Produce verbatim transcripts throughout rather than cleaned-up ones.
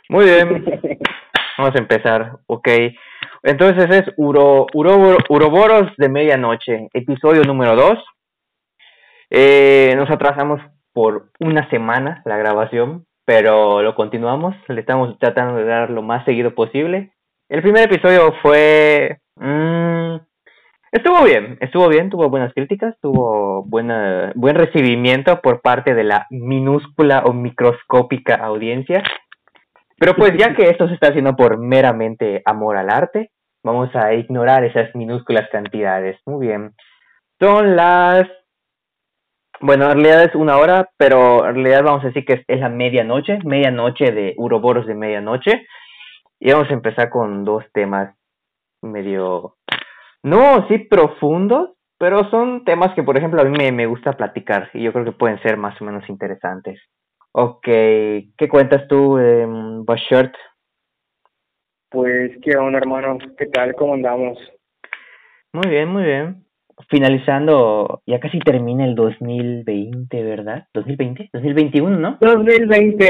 Muy bien, vamos a empezar. Ok, entonces es Uro, Uro, Uroboros de Medianoche, episodio número dos. Eh, nos atrasamos por una semana la grabación, pero lo continuamos. Le estamos tratando de dar lo más seguido posible. El primer episodio fue... Mmm, estuvo bien, estuvo bien, tuvo buenas críticas, tuvo buena, buen recibimiento por parte de la minúscula o microscópica audiencia. Pero pues ya que esto se está haciendo por meramente amor al arte, vamos a ignorar esas minúsculas cantidades. Muy bien. Son las... Bueno, en realidad es una hora, pero en realidad vamos a decir que es, es la medianoche, medianoche de Uroboros de medianoche. Y vamos a empezar con dos temas medio... No, sí profundos, pero son temas que, por ejemplo, a mí me, me gusta platicar y yo creo que pueden ser más o menos interesantes. Ok, ¿qué cuentas tú, eh, Bashert? Pues, ¿qué onda, hermano? ¿Qué tal? ¿Cómo andamos? Muy bien, muy bien. Finalizando, ya casi termina el dos mil veinte, ¿verdad? ¿dos mil veinte? ¿dos mil veintiuno, no? dos mil veinte.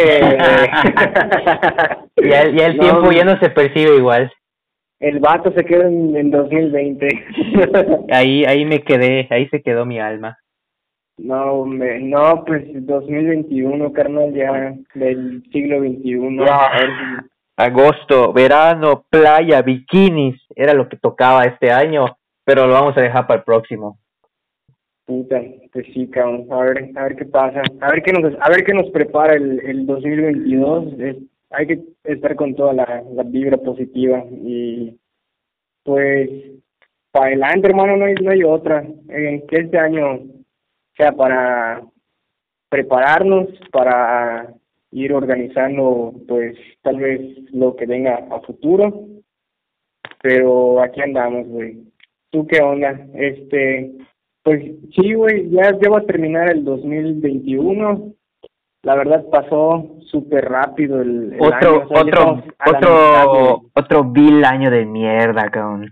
ya, ya el No, tiempo ya no se percibe igual. el vato se quedó en, en dos mil veinte. ahí, ahí me quedé, ahí se quedó mi alma. No, hombre, no, pues dos mil veintiuno, carnal, ya del siglo veintiuno. Ya. A ver si... Agosto, verano, playa, bikinis, era lo que tocaba este año, pero lo vamos a dejar para el próximo. Puta, pues sí, cabrón. A ver, a ver qué pasa. A ver qué nos, a ver qué nos prepara el, el dos mil veintidós. Es, hay que estar con toda la, la vibra positiva y pues para adelante, hermano, no hay, no hay otra. Eh, que este año sea para prepararnos, para ir organizando, pues, tal vez lo que venga a futuro. Pero aquí andamos, güey. ¿Tú qué onda? Este, pues sí, güey, ya, ya va a terminar el dos mil veintiuno. La verdad pasó súper rápido el, el otro, año. O sea, otro, otro, otro vil año de mierda, cabrón.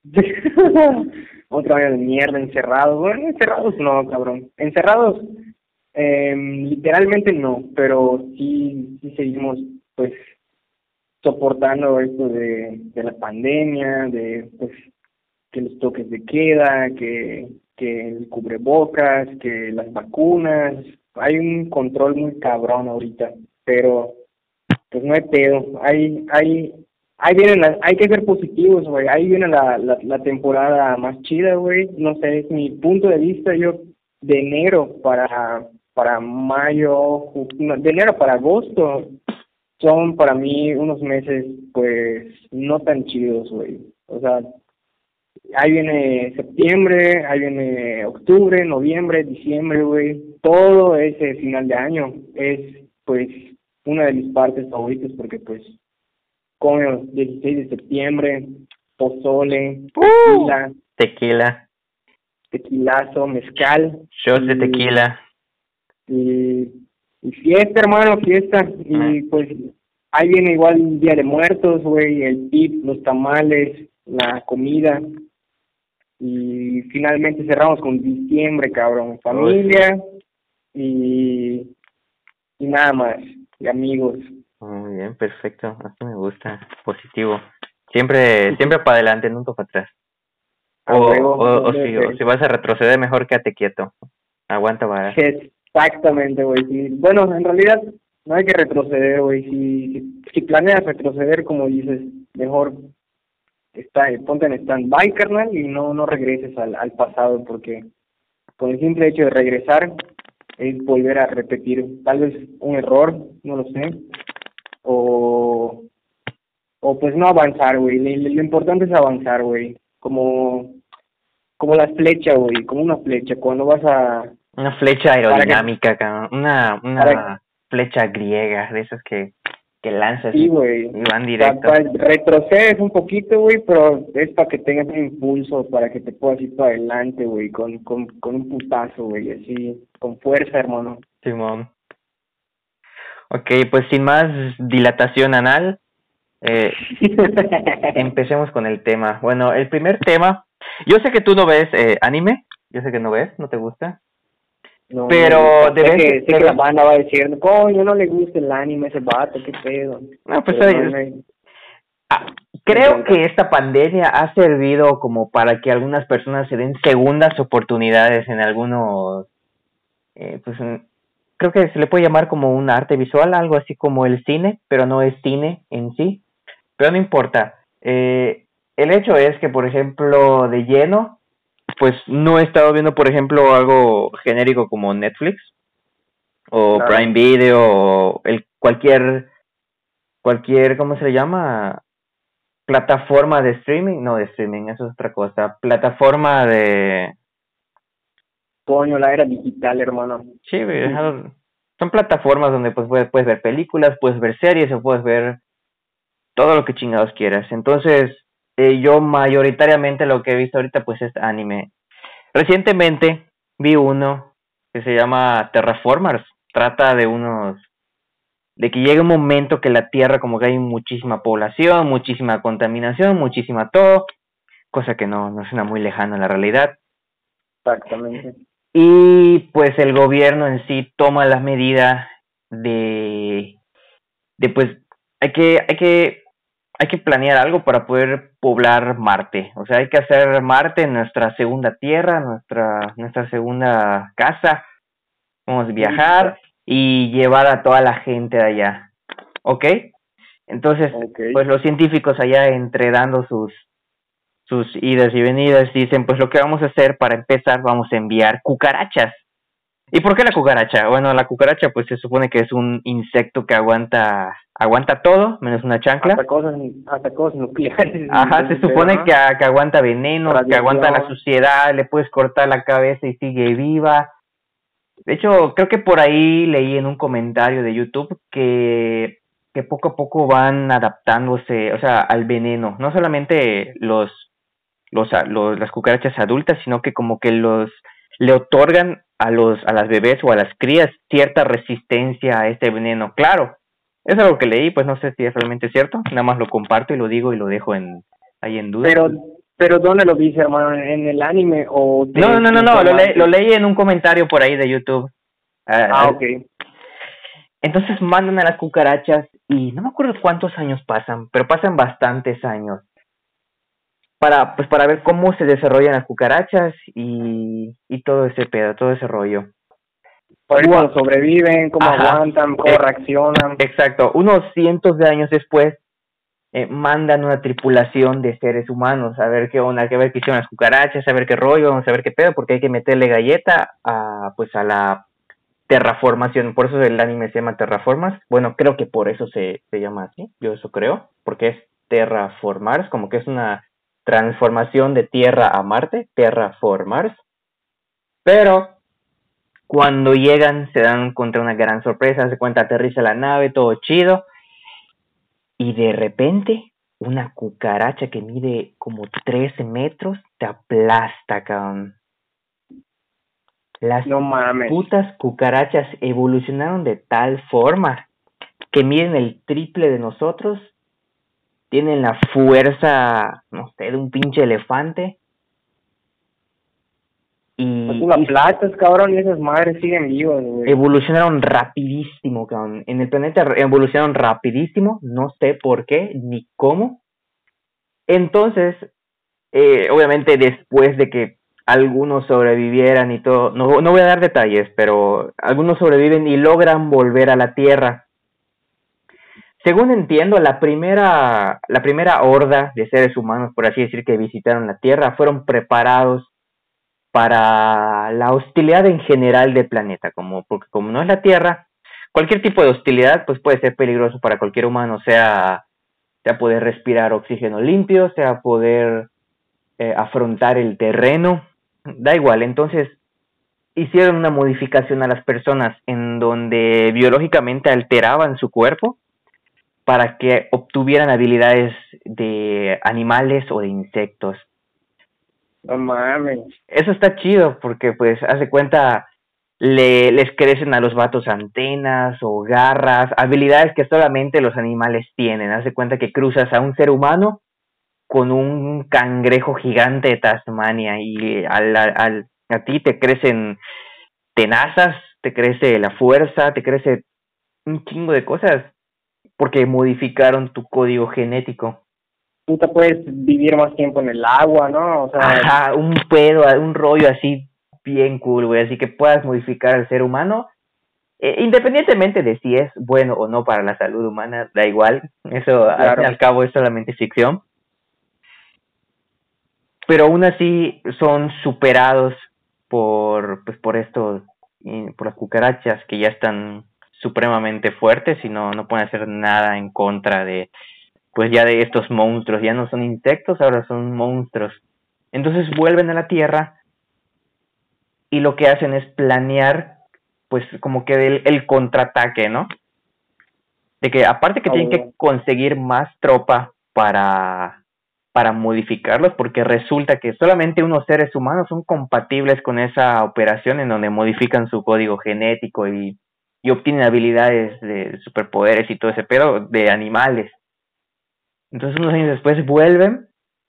Otro año de mierda, encerrados. Bueno, encerrados no, cabrón. Encerrados, eh, literalmente no, pero sí, sí seguimos, pues, soportando esto de, de la pandemia, de, pues, que los toques de queda, que, que el cubrebocas, que las vacunas. Hay un control muy cabrón ahorita, pero, pues, no hay pedo. Hay, hay, ahí vienen las, hay que ser positivos, güey. Ahí viene la, la, la temporada más chida, güey. No sé, es mi punto de vista. Yo, de enero para, para mayo, no, de enero para agosto, son para mí unos meses, pues, no tan chidos, güey. O sea, ahí viene septiembre, ahí viene octubre, noviembre, diciembre, güey. Todo ese final de año es, pues, una de mis partes favoritas porque, pues, como dieciséis de septiembre, pozole, tequila, uh, tequila, tequilazo, mezcal, shots de tequila, y, y fiesta, hermano, fiesta, y pues ahí viene igual un Día de Muertos, güey, el tip, los tamales, la comida, y finalmente cerramos con diciembre, cabrón, familia, y, y nada más, y amigos. Muy bien, perfecto, así me gusta, positivo. Siempre, siempre para adelante, nunca para atrás. O, Huevo, o, o, si, o si vas a retroceder, mejor quédate quieto. Aguanta vara. Exactamente, güey. Sí. Bueno, en realidad no hay que retroceder, güey. Si, si, si planeas retroceder, como dices, mejor está, ponte en stand-by, carnal, y no, no regreses al, al pasado, porque con el simple hecho de regresar es volver a repetir tal vez un error, no lo sé, o, o pues no avanzar, güey. Lo, lo importante es avanzar, güey. Como, como la flecha, güey, como una flecha. Cuando vas a... Una flecha aerodinámica, que, una, una para... flecha griega, de esas que, que lanzas sí, y, güey. y van directo. Pa, pa, retrocedes un poquito, güey, pero es para que tengas un impulso, para que te puedas ir para adelante, güey, con, con, con un putazo, güey, así, con fuerza, hermano. Simón. Ok, pues sin más dilatación anal, eh, empecemos con el tema. Bueno, el primer tema, yo sé que tú no ves eh, anime, yo sé que no ves, ¿no te gusta? No, pero no, de sé vez, que, sé de que vez- la banda va a decir, coño, no le gusta el anime a ese vato, qué pedo. no, pues Pero ahí- no, no hay- ah, no hay creo bronca. que esta pandemia ha servido como para que algunas personas se den segundas oportunidades en algunos, eh, pues en- creo que se le puede llamar como un arte visual, algo así como el cine, pero no es cine en sí, pero no importa. Eh, el hecho es que, por ejemplo, de lleno, pues no he estado viendo, por ejemplo, algo genérico como Netflix o Claro. Prime Video o el cualquier cualquier ¿cómo se le llama? Plataforma de streaming, no de streaming, eso es otra cosa. Plataforma de Coño, la era digital, hermano. sí, güey, ajá, son plataformas donde pues puedes, puedes ver películas, puedes ver series o puedes ver todo lo que chingados quieras. Entonces, eh, yo mayoritariamente lo que he visto ahorita pues es anime. Recientemente vi uno que se llama Terraformers. Trata de unos de que llega un momento que la Tierra como que hay muchísima población, muchísima contaminación, muchísima todo, cosa que no, no suena muy lejano a la realidad. Exactamente. Y pues el gobierno en sí toma las medidas de, de pues hay que, hay que, hay que planear algo para poder poblar Marte. O sea, hay que hacer Marte nuestra segunda tierra, nuestra, nuestra segunda casa. Vamos a viajar y llevar a toda la gente de allá. ¿Ok? Entonces, Okay. pues los científicos allá entre dando sus, sus idas y venidas dicen, pues lo que vamos a hacer para empezar, vamos a enviar cucarachas. ¿Y por qué la cucaracha? Bueno, la cucaracha pues se supone que es un insecto que aguanta aguanta todo, menos una chancla. Hasta cosas, hasta cosas nucleares. Ajá, se supone ¿no? que, que aguanta venenos, que aguanta la suciedad, le puedes cortar la cabeza y sigue viva. De hecho, creo que por ahí leí en un comentario de YouTube que, que poco a poco van adaptándose, o sea, al veneno. No solamente los, los, los las cucarachas adultas, sino que como que los le otorgan a los a las bebés o a las crías cierta resistencia a este veneno. Claro, es algo que leí, pues no sé si es realmente cierto. Nada más lo comparto y lo digo y lo dejo en ahí en duda. Pero, pero ¿dónde lo dice, hermano? ¿En el anime o...? No, no, no, no, lo, le, lo leí en un comentario por ahí de YouTube. Uh, ah, ok. Entonces mandan a las cucarachas y no me acuerdo cuántos años pasan, pero pasan bastantes años para pues para ver cómo se desarrollan las cucarachas y, y todo ese pedo, todo ese rollo. Por eso wow. sobreviven, cómo Ajá. aguantan, cómo eh, reaccionan. Exacto. Unos cientos de años después eh, mandan una tripulación de seres humanos a ver qué onda, a ver qué hicieron las cucarachas, a ver qué rollo, vamos a ver qué pedo, porque hay que meterle galleta a pues a la terraformación, por eso el anime se llama Terraformars. Bueno, creo que por eso se, se llama así, yo eso creo, porque es terraformars, como que es una transformación de Tierra a Marte, Terraformars. Pero cuando llegan se dan contra una gran sorpresa, se cuenta, aterriza la nave, todo chido, y de repente una cucaracha que mide como trece metros te aplasta, cabrón. Las no mames. putas cucarachas evolucionaron de tal forma que miden el triple de nosotros, tienen la fuerza, no sé, de un pinche elefante. Y, pues y platas, cabrón, y esas madres siguen vivas, güey. Evolucionaron rapidísimo, cabrón. En el planeta evolucionaron rapidísimo, no sé por qué ni cómo. Entonces, eh, obviamente después de que algunos sobrevivieran y todo, no, no voy a dar detalles, pero algunos sobreviven y logran volver a la Tierra. Según entiendo, la primera, la primera horda de seres humanos, por así decir, que visitaron la Tierra, fueron preparados para la hostilidad en general del planeta, como, porque como no es la Tierra, cualquier tipo de hostilidad pues puede ser peligroso para cualquier humano, sea, sea poder respirar oxígeno limpio, sea poder eh, afrontar el terreno, da igual. Entonces hicieron una modificación a las personas en donde biológicamente alteraban su cuerpo para que obtuvieran habilidades de animales o de insectos. No mames. Eso está chido porque pues hace cuenta le, les crecen a los vatos antenas o garras, habilidades que solamente los animales tienen. Hace cuenta que cruzas a un ser humano con un cangrejo gigante de Tasmania y al, al, a ti te crecen tenazas, te crece la fuerza, te crece un chingo de cosas, porque modificaron tu código genético. Puta, puedes vivir más tiempo en el agua, ¿no? O sea, ajá, un pedo, un rollo así bien cool, güey, así que puedas modificar al ser humano, eh, independientemente de si es bueno o no para la salud humana, da igual, eso claro. Al fin y al cabo es solamente ficción. Pero aún así son superados por, pues, por estos, por las cucarachas que ya están supremamente fuertes y no, no pueden hacer nada en contra de, pues ya de estos monstruos. Ya no son insectos, ahora son monstruos. Entonces vuelven a la Tierra y lo que hacen es planear, pues como que el, el contraataque, ¿no? De que aparte que oh. tienen que conseguir más tropa para... para modificarlos, porque resulta que solamente unos seres humanos son compatibles con esa operación en donde modifican su código genético y, y obtienen habilidades de superpoderes y todo ese pedo de animales. Entonces unos años después vuelven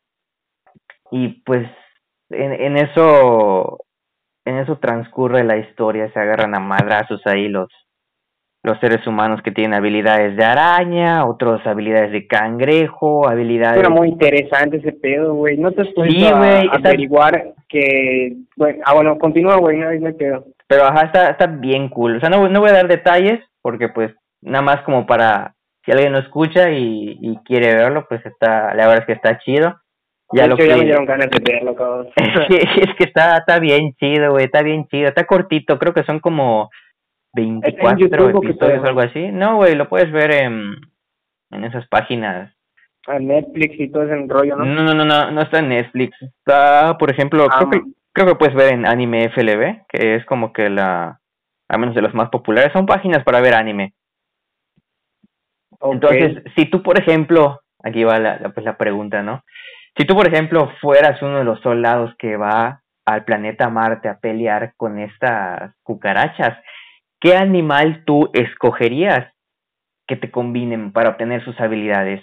y pues en, en eso en eso transcurre la historia, se agarran a madrazos ahí los los seres humanos que tienen habilidades de araña, otros habilidades de cangrejo, habilidades... Era muy interesante ese pedo, güey. ¿No te has puesto sí, a, a está... averiguar que... Bueno, ah, bueno, continúa, güey, no, no hay pedo. Pero ajá, está, está bien cool. O sea, no, no voy a dar detalles porque pues nada más como para... Si alguien lo escucha y, y quiere verlo, pues está... La verdad es que está chido. Ya, de hecho, lo que... ya me dieron ganas de verlo, cabrón. Es que está, está bien chido, güey, está bien chido. Está cortito, creo que son como... veinticuatro episodios o algo así. No, güey, lo puedes ver en, en esas páginas. A Netflix y todo ese rollo, ¿no? No, no, no, no, no está en Netflix. Está, por ejemplo, ah, creo, que, creo que puedes ver en Anime F L V, que es como que la, al menos de los más populares, son páginas para ver anime. Okay. Entonces, si tú, por ejemplo, aquí va la, la, pues la pregunta, ¿no? Si tú, por ejemplo, fueras uno de los soldados que va al planeta Marte a pelear con estas cucarachas, ¿qué animal tú escogerías que te combinen para obtener sus habilidades?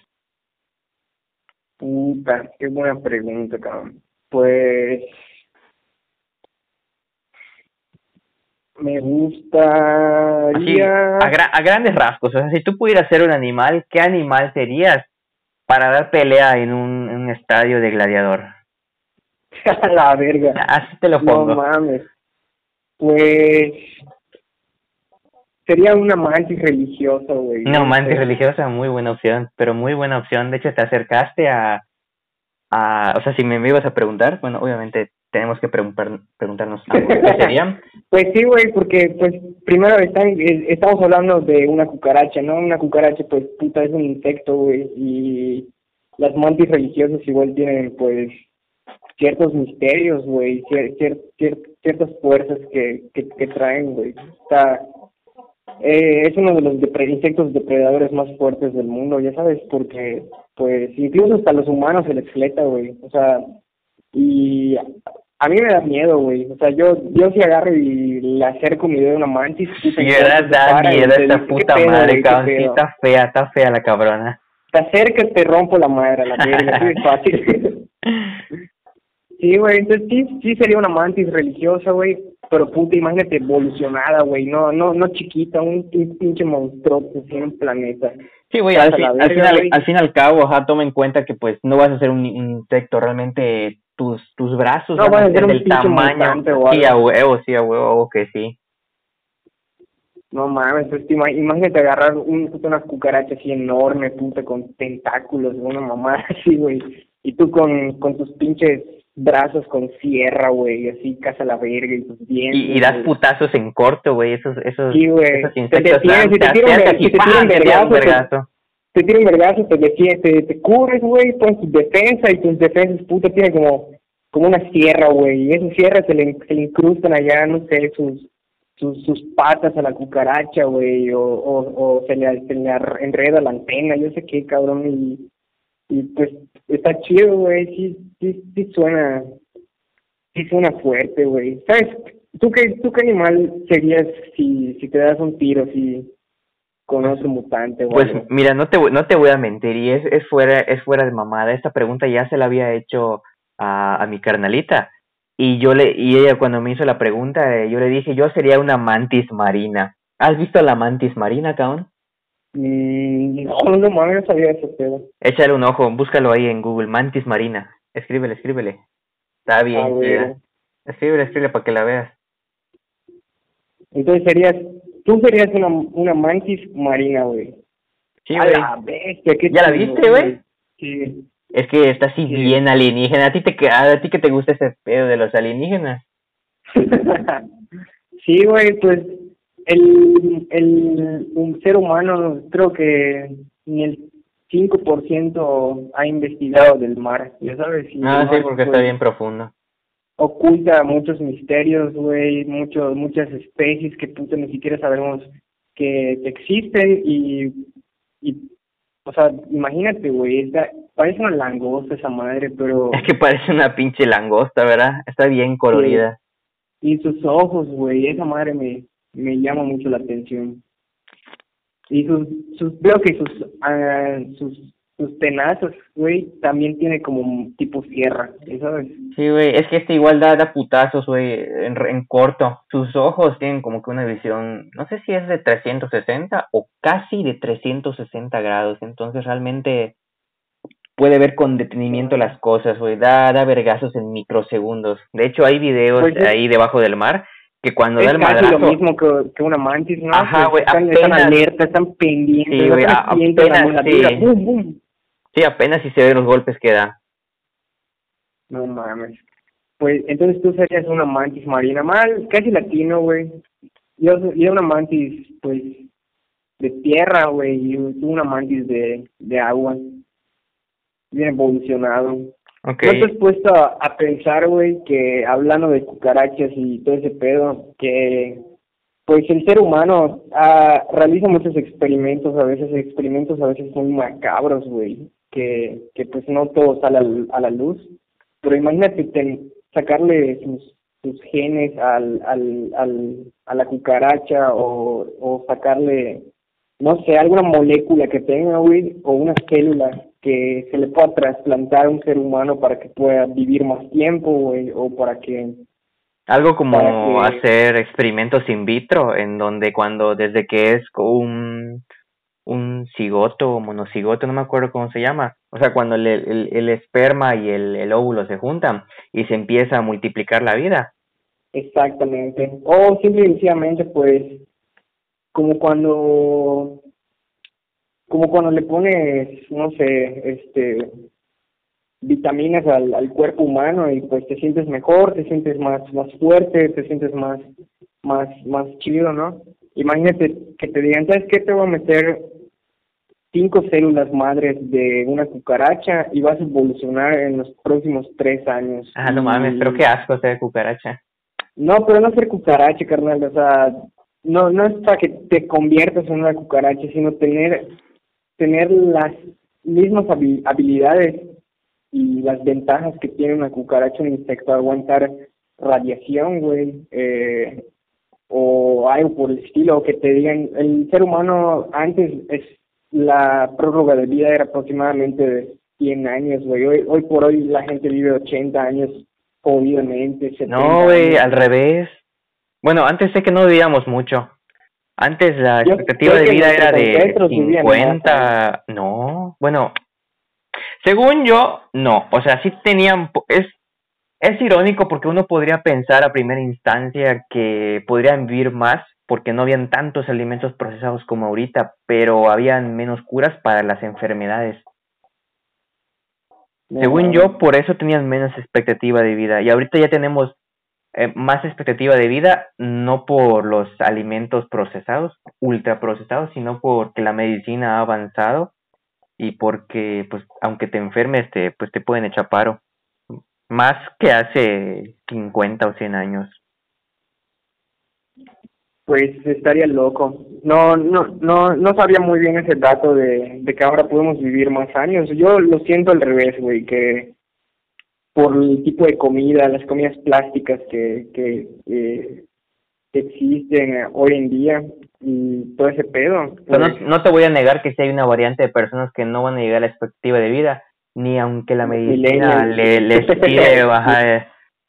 Puta, qué buena pregunta, cabrón. Pues... me gustaría... Así, a, gra- a grandes rasgos, o sea, si tú pudieras ser un animal, ¿qué animal serías para dar pelea en un, en un estadio de gladiador? La verga. Así te lo pongo. No mames. Pues... sería una mantis religiosa, güey. No, mantis sí. religiosa, muy buena opción, pero muy buena opción. De hecho, te acercaste a... a o sea, si me, me ibas a preguntar, bueno, obviamente tenemos que preguntar, preguntarnos ambos, ¿qué serían? Pues sí, güey, porque, pues, primero están, estamos hablando de una cucaracha, ¿no? Una cucaracha, pues, puta, es un insecto, güey, y las mantis religiosas igual tienen, pues, ciertos misterios, güey, cier, cier, cier, ciertas fuerzas que, que, que traen, güey. Está... Eh, es uno de los depre- insectos depredadores más fuertes del mundo, ya sabes, porque, pues, incluso hasta los humanos se les fleta, güey, o sea, y a mí me da miedo, güey, o sea, yo yo si agarro y le acerco mi dedo a una mantis... Sí, verdad, da miedo esta puta pedo, madre, cabrón, sí, está fea, está fea la cabrona. Te acercas, te rompo la madre, la verga, así es fácil. Sí, güey, entonces sí, sí sería una mantis religiosa, güey, pero puta, imagínate evolucionada, güey, no no no chiquita, un, un pinche monstruo que tiene un planeta. Sí, güey, al, fin, al, final, al fin y al cabo, ajá, toma en cuenta que pues no vas a ser un, un insecto, realmente tus tus brazos no, van a ser del tamaño, sí, a huevo, sí, a huevo, que sí. No mames, pues, imagínate agarrar un, una cucaracha así enorme, puta, con tentáculos, una mamá así, güey, y tú con, con tus pinches brazos con sierra, güey, así, caza la verga y tus dientes. Y, y das putazos en corto, güey, esos, esos, sí, esos insectos. Te, te, si te tiran vergazo, te tiran vergazo, te defiendes, te, te cubres, güey, pones tu defensa y tus defensas, puta, tienen como, como una sierra, güey, y esas sierras se le, se le incrustan allá, no sé, sus, sus, sus patas a la cucaracha, güey, o, o, o se le, se le enreda la antena, yo sé qué, cabrón, y, y pues está chido, güey, sí, sí, sí suena, sí suena fuerte, güey. ¿Sabes? ¿Tú qué, tú qué animal serías si, si te das un tiro así con otro mutante, güey? Pues mira, no te, no te voy a mentir, y es, es fuera, es fuera de mamada. Esta pregunta ya se la había hecho a, a mi carnalita. Y yo le, y ella cuando me hizo la pregunta, eh, yo le dije, yo sería una mantis marina. ¿Has visto la mantis marina, cabrón? Mm, no, no mames, no sabía ese pedo. Échale un ojo, búscalo ahí en Google, mantis marina. Escríbele, escríbele. Está bien A chida. ver. Escríbele, escríbele para que la veas. Entonces serías, tú serías una, una mantis marina, güey. Sí, A güey. la bestia, qué ¿Ya la chido, viste, güey? Sí. Es que está así Sí. bien alienígena. ¿A ti, te, a ti que te gusta ese pedo de los alienígenas? Sí, güey, pues el, el un ser humano creo que ni el cinco por ciento ha investigado del mar, ya sabes. Y Ah, el sí, mar, porque pues, está bien profundo. oculta muchos misterios, güey, muchos, muchas especies que puta ni siquiera sabemos que, que existen y, y, o sea, imagínate, güey, esta- parece una langosta esa madre, pero Es que parece una pinche langosta, ¿verdad? Está bien que, colorida. y sus ojos, güey, esa madre me, me llama mucho la atención. Y sus, sus veo que sus, ah, sus, sus tenazas, güey, también tiene como un tipo sierra, ¿ya ¿sabes? Sí, güey, es que este igual da, da putazos, güey, en, en corto. Sus ojos tienen como que una visión, no sé si es de trescientos sesenta o casi de trescientos sesenta grados. Entonces realmente puede ver con detenimiento las cosas, güey. Da, da vergazos en microsegundos. De hecho, hay videos Pues es, ahí debajo del mar que cuando da es el casi lo madrazo... mismo que, que una mantis, ¿no? Ajá, Pues güey, están, están apenas... alerta, están pendientes, Sí, güey, apenas a- sienten la apenas, mordida, sí. ¡bum, bum! Sí, apenas si se ven los golpes que da. No mames. Pues entonces tú serías una mantis marina, mal, casi latino, güey. Yo, yo una mantis, pues, de tierra, güey, y tú una mantis de, de agua. Bien evolucionado. Ok. ¿No te has puesto a, a pensar, güey, que hablando de cucarachas y todo ese pedo, que pues el ser humano ah, realiza muchos experimentos, a veces experimentos a veces muy macabros, güey, que, que pues no todo sale a la, a la luz, pero imagínate ten- sacarle sus, sus genes al, al, al, a la cucaracha o, o sacarle, no sé, alguna molécula que tenga, güey, o una célula que se le pueda trasplantar a un ser humano para que pueda vivir más tiempo, güey, o para que Algo como para que hacer experimentos in vitro, en donde cuando desde que es un, un cigoto o monocigoto, no me acuerdo cómo se llama, o sea, cuando el, el, el esperma y el, el óvulo se juntan y se empieza a multiplicar la vida. exactamente, o simple y sencillamente, pues, como cuando, como cuando le pones, no sé, este, vitaminas al, al cuerpo humano y pues te sientes mejor, te sientes más, más fuerte, te sientes más, más, más chido, ¿no? Imagínate que te digan, ¿sabes qué? Te voy a meter cinco células madres de una cucaracha y vas a evolucionar en los próximos tres años. Ah, no Y mames, pero qué asco ser cucaracha. no, pero no ser cucaracha, carnal, o sea, no, no es para que te conviertas en una cucaracha, sino tener, tener las mismas habi- habilidades y las ventajas que tiene una cucaracha, un insecto, aguantar radiación, güey, eh, o algo por el estilo, o que te digan, el ser humano antes, es la prórroga de vida era aproximadamente de cien años, güey, hoy, hoy por hoy la gente vive ochenta años, jodidamente, setenta No, güey, años. al revés. Bueno, antes sé que no vivíamos mucho. Antes la Yo expectativa sé de que vida nuestros era de ancestros vivían más años. cincuenta, no, bueno, según yo, no, o sea, sí tenían, po- es, es irónico porque uno podría pensar a primera instancia que podrían vivir más porque no habían tantos alimentos procesados como ahorita, pero habían menos curas para las enfermedades. No Según mames. yo, por eso tenían menos expectativa de vida y ahorita ya tenemos eh, más expectativa de vida, no por los alimentos procesados, ultraprocesados, sino porque la medicina ha avanzado y porque, pues, aunque te enfermes, te, pues, te pueden echar paro. Más que hace cincuenta o cien años. Pues estaría loco. No, no, no, no sabía muy bien ese dato de, de que ahora podemos vivir más años. Yo lo siento al revés, güey, que por el tipo de comida, las comidas plásticas que, que, eh, que existen hoy en día y todo ese pedo, Pero no, pues no te voy a negar que sí hay una variante de personas que no van a llegar a la expectativa de vida, ni aunque la los medicina millennials. le, les pide bajar,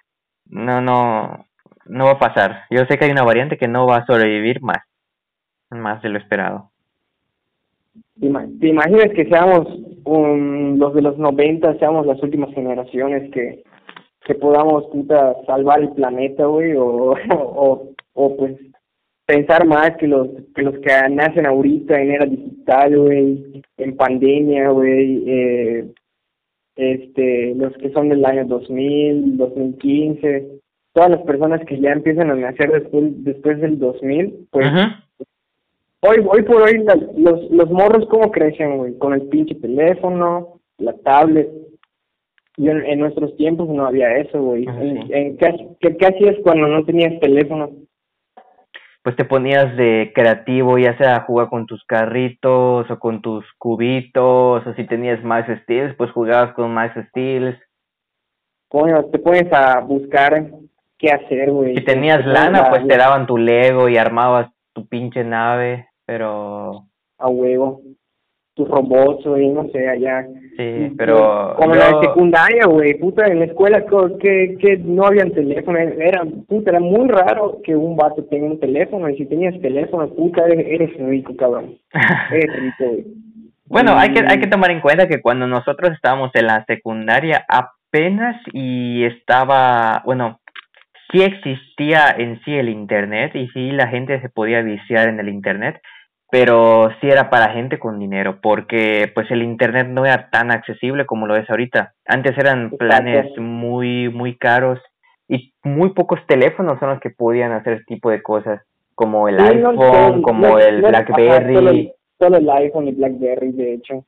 no, no, no va a pasar. Yo sé que hay una variante que no va a sobrevivir más, más de lo esperado. ¿Te, te imaginas que seamos um, los de los noventa, seamos las últimas generaciones que, que podamos, puta, salvar el planeta, güey, o, o, o pues pensar más que los que los que nacen ahorita en era digital, güey, en pandemia, güey, eh, este, los que son del año dos mil, dos mil quince, todas las personas que ya empiezan a nacer después después del dos mil, pues uh-huh. hoy hoy por hoy la, los los morros cómo crecen, güey, con el pinche teléfono, la tablet. Y en, en nuestros tiempos no había eso, güey. Uh-huh. en, en, ¿qué, qué, ¿Qué hacías cuando no tenías teléfono? Pues te ponías de creativo, ya sea jugar con tus carritos o con tus cubitos, o si tenías Max Steel, pues jugabas con Max Steel. Coño, te pones a buscar qué hacer, güey. Si tenías lana, la, pues te daban tu Lego y armabas tu pinche nave, pero... A huevo. Tus robots, güey, no sé, allá. Sí, pero... Como yo... en la secundaria, güey, puta, en la escuela que, que no habían teléfono, era, puta, era muy raro que un vato tenga un teléfono, y si tenías teléfono, puta, eres, eres rico, cabrón. Eres rico, güey. Bueno, y... hay que hay que tomar en cuenta que cuando nosotros estábamos en la secundaria, apenas y estaba, bueno, sí existía en sí el internet, y sí la gente se podía viciar en el internet, pero sí era para gente con dinero, porque pues el internet no era tan accesible como lo es ahorita. Antes eran planes muy muy caros y muy pocos teléfonos son los que podían hacer este tipo de cosas, como el sí, iPhone, no, como no, el no, BlackBerry. Ajá, solo, el, solo el iPhone y BlackBerry, de hecho.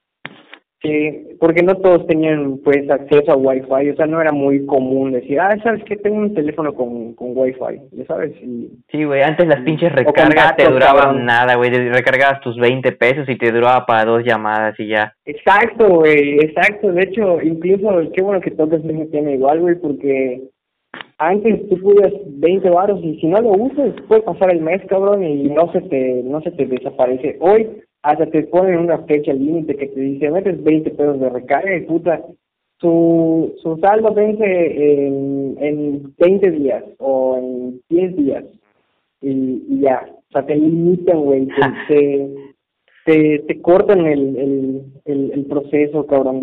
Sí, porque no todos tenían pues acceso a Wi-Fi, o sea, no era muy común decir, ah, ¿sabes qué? Tengo un teléfono con, con Wi-Fi, ¿ya sabes? Y, sí, güey, antes las pinches recargas datos, te duraban cabrón. Nada, güey, recargabas tus veinte pesos y te duraba para dos llamadas y ya. Exacto, güey, exacto, de hecho, incluso, qué bueno que tocas ese tema igual, güey, porque antes tú podías veinte varos y si no lo usas, puede pasar el mes, cabrón, y no se te, no se te desaparece. Hoy hasta te ponen una fecha límite que te dice, metes veinte pesos de recarga y puta, su, su saldo vence en, en veinte días o en diez días y, y ya, o sea, te limitan, güey, te, te, te, te cortan el, el, el, el proceso, cabrón.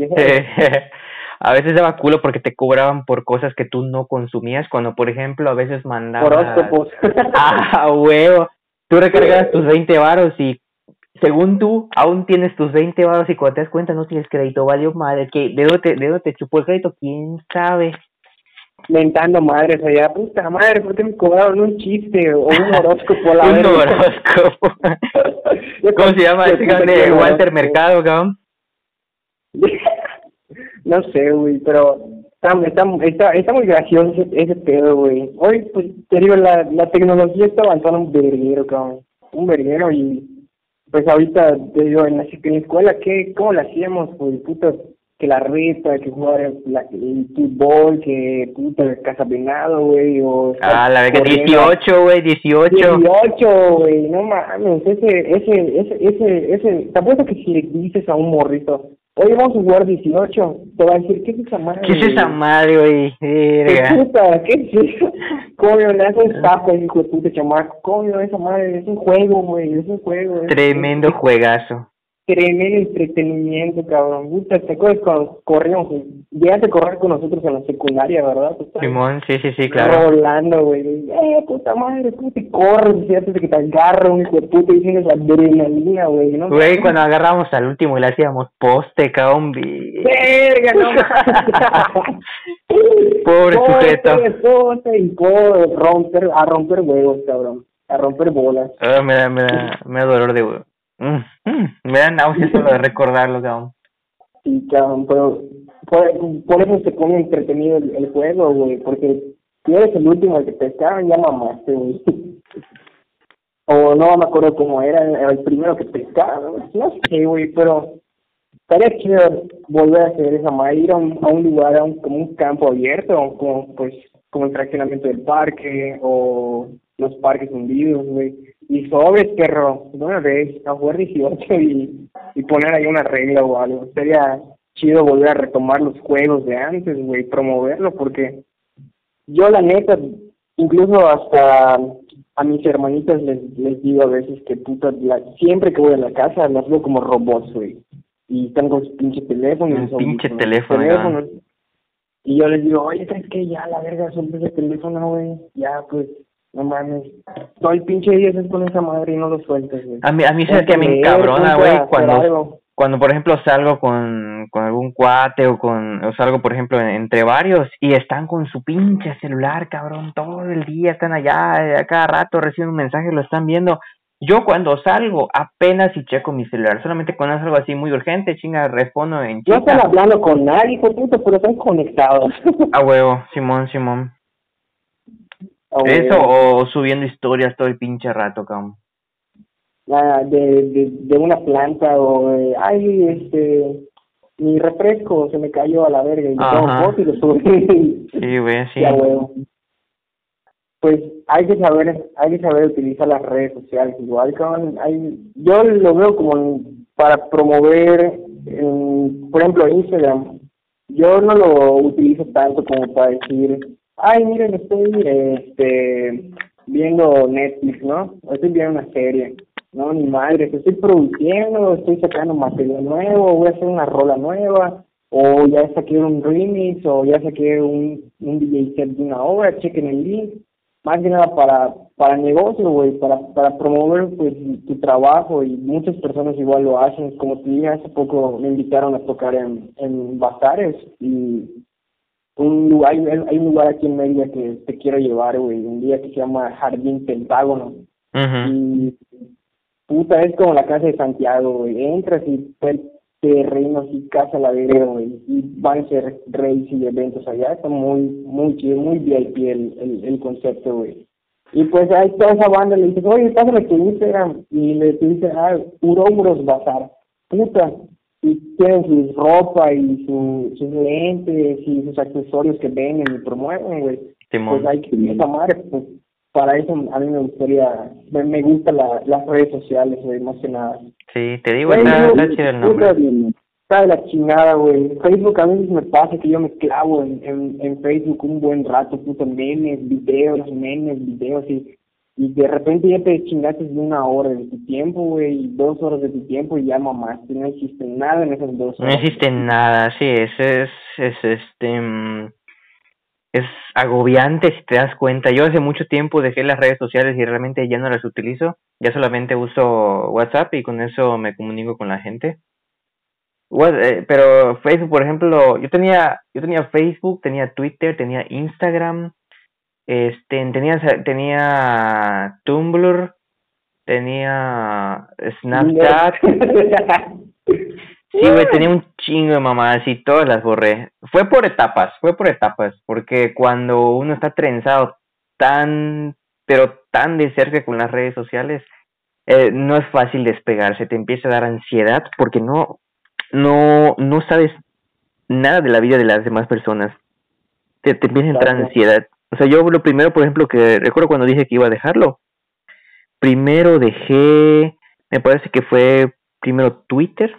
A veces daba culo porque te cobraban por cosas que tú no consumías, cuando por ejemplo a veces mandabas... Horóscopos. Ah, huevo, tú recargabas tus veinte varos y según tú, aún tienes tus veinte varos y cuando te das cuenta no tienes crédito, valió madre, que ¿de dónde te, de dónde te chupó el crédito? ¿Quién sabe? Mentando madres allá, puta madre, ¿por qué me cobraron un chiste o un horóscopo a la Un horóscopo. ¿Cómo se llama ese cabrón de Walter Mercado, cabrón? No sé, güey, pero está, está, está, está muy gracioso ese, ese pedo, güey. Hoy, pues, te digo, la, la tecnología está avanzando un verguero, cabrón, un verguero y... Pues ahorita, te digo, en la, en la escuela, ¿qué, ¿cómo la hacíamos? Pues, puta, que la reta, que jugar el, la, el fútbol, que, puta, casa venado, güey, o... Ah, la vez dieciocho, güey, dieciocho. dieciocho, güey, no mames, ese, ese, ese, ese, ese... Te apuesto que si le dices a un morrito, oye, vamos a jugar dieciocho, te va a decir, ¿qué es esa madre? ¿Qué es esa madre, güey? ¿Qué puta? ¿Qué es eso? Coño, le hacen tapa, hijo de puta chamaco. Coño, esa madre, es un juego, güey, es un juego. Tremendo es, juegazo. Tremendo entretenimiento, cabrón. Puta, te acuerdas cuando corríamos, llegaste a correr con nosotros en la secundaria, ¿verdad? Simón, sí, sí, sí, claro. Rolando, güey. Eh, puta madre, puta, y corres, y antes de que te agarra un hijo de puta y tienes adrenalina, güey. ¿No? Güey, cuando agarramos al último y le hacíamos poste, cabrón. Verga, no. Pobre sujeto. Poste y pobre, romper, a romper huevos, cabrón. A romper bolas. Oh, me da, me da, me da dolor de huevo. Mm, mm, me da náuseas solo de recordarlo, cabrón. Sí, cabrón, pero por, por eso se pone entretenido el, el juego, güey, porque si eres el último que pescaron, ya mamaste, güey. O no me acuerdo cómo era, era el primero que pescaron, no sé, güey, pero estaría chido volver a hacer esa madre, ir a un, a un lugar, a un, como un campo abierto, como pues como el fraccionamiento del parque, o los parques hundidos, güey. Y sobres, perro, una vez, a jugar dieciocho y, y poner ahí una regla o algo. Sería chido volver a retomar los juegos de antes, güey, promoverlo, porque yo la neta, incluso hasta a mis hermanitas les, les digo a veces que puta, la, siempre que voy a la casa las veo como robots, güey. Y están con su pinche teléfono. Un pinche teléfono, teléfono. Y yo les digo, oye, ¿sabes qué? Ya, la verga, suelta ese teléfono, güey. Ya, pues, no mames. Todo el pinche día estás con esa madre y no lo sueltas, güey. A mí, a mí se que me encabrona, güey, cuando, cuando, por ejemplo, salgo con, con algún cuate o con, o salgo, por ejemplo, entre varios y están con su pinche celular, cabrón, todo el día están allá, a cada rato reciben un mensaje, lo están viendo. Yo cuando salgo apenas si checo mi celular, solamente cuando es algo así muy urgente, chinga, respondo en chica. No están hablando con nadie, hijo puto, pero están conectados. A huevo, Simón, Simón. A Eso huevo. O subiendo historias todo el pinche rato, cabrón. Ah, de, de, de una planta o de, ay, este, mi refresco se me cayó a la verga y le tomo foto y lo subo. Sí, güey, sí. A huevo. Pues hay que saber, hay que saber utilizar las redes sociales igual, cabrón. Hay, yo lo veo como para promover, en, por ejemplo, Instagram. Yo no lo utilizo tanto como para decir, ay, miren, estoy este, viendo Netflix, ¿no? O estoy viendo una serie. No, ni madre, estoy produciendo, estoy sacando material nuevo, voy a hacer una rola nueva, o ya saqué un remix, o ya saqué un, un D J set de una obra, chequen el link. Más que nada para para negocio, güey, para para promover pues tu trabajo, y muchas personas igual lo hacen. Como te dije, hace poco me invitaron a tocar en en bazares, y un lugar, hay, hay un lugar aquí en Mérida que te quiero llevar, güey, un día que se llama Jardín Pentágono. Uh-huh. Y puta, es como la casa de Santiago, güey, entras y el terreno así, casa la verga, güey, y van a ser raves y eventos allá. Está muy, muy chido, muy V I P el, el, el concepto, güey. Y pues ahí toda esa banda le dices, oye, pásame tu Instagram, y le dice, ah, Uroboros Bazar, puta, y tienen su ropa y su, sus lentes y sus accesorios que venden y promueven, güey. Pues hay que esa madre, pues para eso a mí me gustaría, me, me gusta la, las redes sociales, güey, más que nada. Sí, te digo, está, está chido el nombre. Está de la chingada, güey. Facebook a veces me pasa que yo me clavo en, en, en Facebook un buen rato, puto, memes, videos, memes, videos, y, y de repente ya te chingaste de una hora de tu tiempo, güey, dos horas de tu tiempo, y ya mamaste. No existe nada en esas dos horas. No existe nada, sí, es, es, es este... es agobiante si te das cuenta. Yo hace mucho tiempo dejé las redes sociales y realmente ya no las utilizo. Ya solamente uso WhatsApp y con eso me comunico con la gente. Pero Facebook, por ejemplo, yo tenía yo tenía Facebook, tenía Twitter, tenía Instagram, este, tenía tenía Tumblr, tenía Snapchat. Sí, güey, tenía un chingo de mamadas y todas las borré. Fue por etapas, fue por etapas, porque cuando uno está trenzado tan, pero tan de cerca con las redes sociales, eh, no es fácil despegarse, te empieza a dar ansiedad porque no, no, no sabes nada de la vida de las demás personas. Te, te empieza a entrar ansiedad. O sea, yo lo primero, por ejemplo, que recuerdo cuando dije que iba a dejarlo, primero dejé, me parece que fue primero Twitter.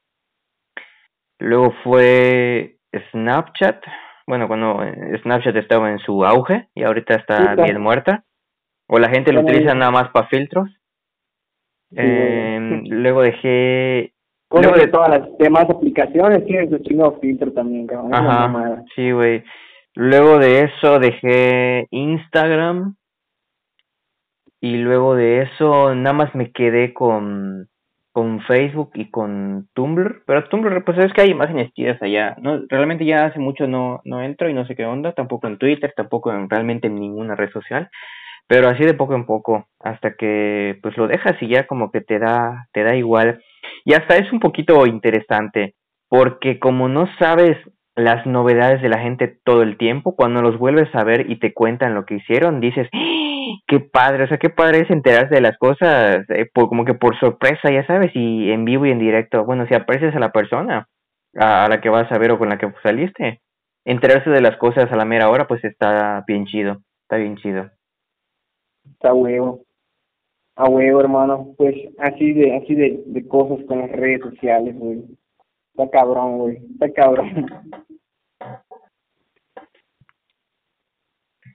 Luego fue Snapchat, bueno, cuando Snapchat estaba en su auge y ahorita está sí, bien muerta. O la gente lo utiliza nada más para filtros. Sí, eh, luego dejé... Luego de todas las demás aplicaciones tienen su chingo filtro también, cabrón. Ajá, sí, güey. Luego de eso dejé Instagram. Y luego de eso nada más me quedé con... con Facebook y con Tumblr, pero Tumblr, pues es que hay imágenes chidas allá, no, realmente ya hace mucho no, no entro y no sé qué onda, tampoco en Twitter, tampoco en realmente en ninguna red social, pero así de poco en poco, hasta que pues lo dejas y ya como que te da, te da igual, y hasta es un poquito interesante, porque como no sabes las novedades de la gente todo el tiempo, cuando los vuelves a ver y te cuentan lo que hicieron, dices, ¡ah! Qué padre, o sea, qué padre es enterarse de las cosas, eh, por, como que por sorpresa, ya sabes, y en vivo y en directo, bueno, si aprecias a la persona a, a la que vas a ver o con la que saliste, enterarse de las cosas a la mera hora, pues está bien chido, está bien chido. Está huevo, a huevo, hermano, pues así de, así de, de cosas con las redes sociales, güey. Está cabrón, güey. Está cabrón.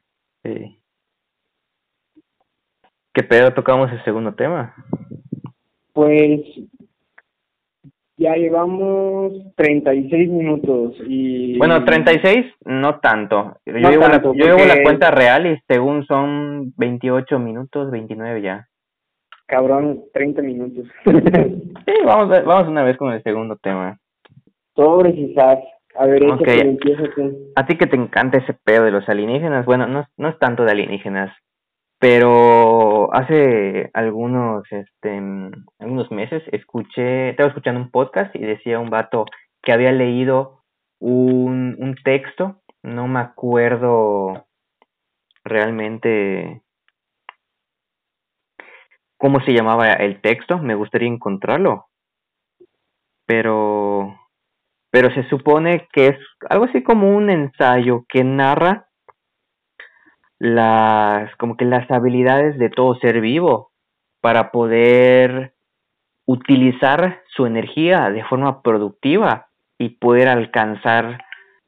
¿Qué pedo tocamos el segundo tema? Pues ya llevamos treinta y seis minutos y... Bueno, treinta y seis no tanto. Yo, No llevo, tanto, la, yo llevo porque- la cuenta real y según son veintiocho minutos, veintinueve ya. Cabrón, treinta minutos. Sí, vamos, a- vamos una vez con el segundo tema. Sobres quizás. A ver, Ok. échate, empieza tú. A ti que te encanta ese pedo de los alienígenas, bueno, no, no es tanto de alienígenas, pero hace algunos, este, mm, algunos meses escuché, estaba escuchando un podcast y decía un vato que había leído un, un texto, no me acuerdo realmente cómo se llamaba el texto, me gustaría encontrarlo, pero, pero se supone que es algo así como un ensayo que narra las, como que las habilidades de todo ser vivo para poder utilizar su energía de forma productiva y poder alcanzar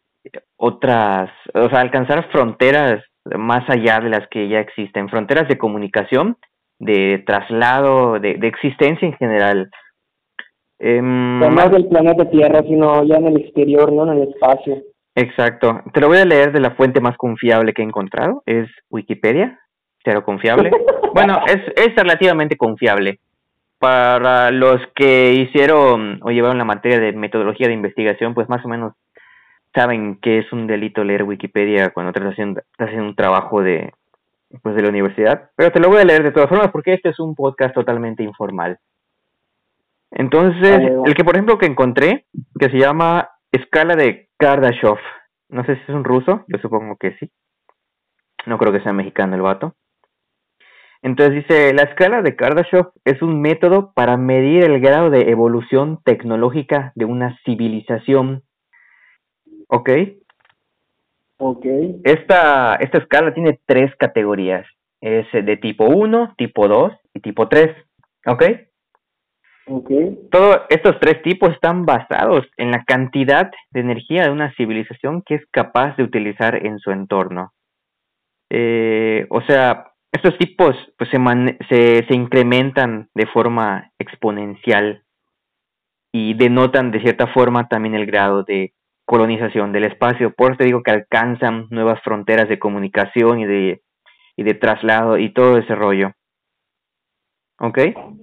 otras, o sea, alcanzar fronteras más allá de las que ya existen, fronteras de comunicación, de traslado, de, de existencia en general. Eh, No más, del planeta Tierra, sino ya en el exterior, no en el espacio. exacto. Te lo voy a leer de la fuente más confiable que he encontrado, es Wikipedia, cero confiable. Bueno, es, es relativamente confiable. Para los que hicieron o llevaron la materia de metodología de investigación, pues más o menos saben que es un delito leer Wikipedia cuando estás haciendo, estás haciendo un trabajo de, pues, de la universidad. Pero te lo voy a leer de todas formas porque este es un podcast totalmente informal. Entonces, Ah, huevo. el que por ejemplo que encontré, que se llama escala de Kardashev. No sé si es un ruso, yo supongo que sí. No creo que sea mexicano el vato. Entonces dice, la escala de Kardashev es un método para medir el grado de evolución tecnológica de una civilización. ¿Ok? Ok, Esta, esta escala tiene tres categorías. Es de tipo uno, tipo dos y tipo tres. ¿Ok? ok. Todos estos tres tipos están basados en la cantidad de energía de una civilización que es capaz de utilizar en su entorno. Eh, o sea, estos tipos pues se, man se, se incrementan de forma exponencial y denotan de cierta forma también el grado de colonización del espacio. Por eso te digo que alcanzan nuevas fronteras de comunicación y de, y de traslado y todo ese rollo. ¿Ok?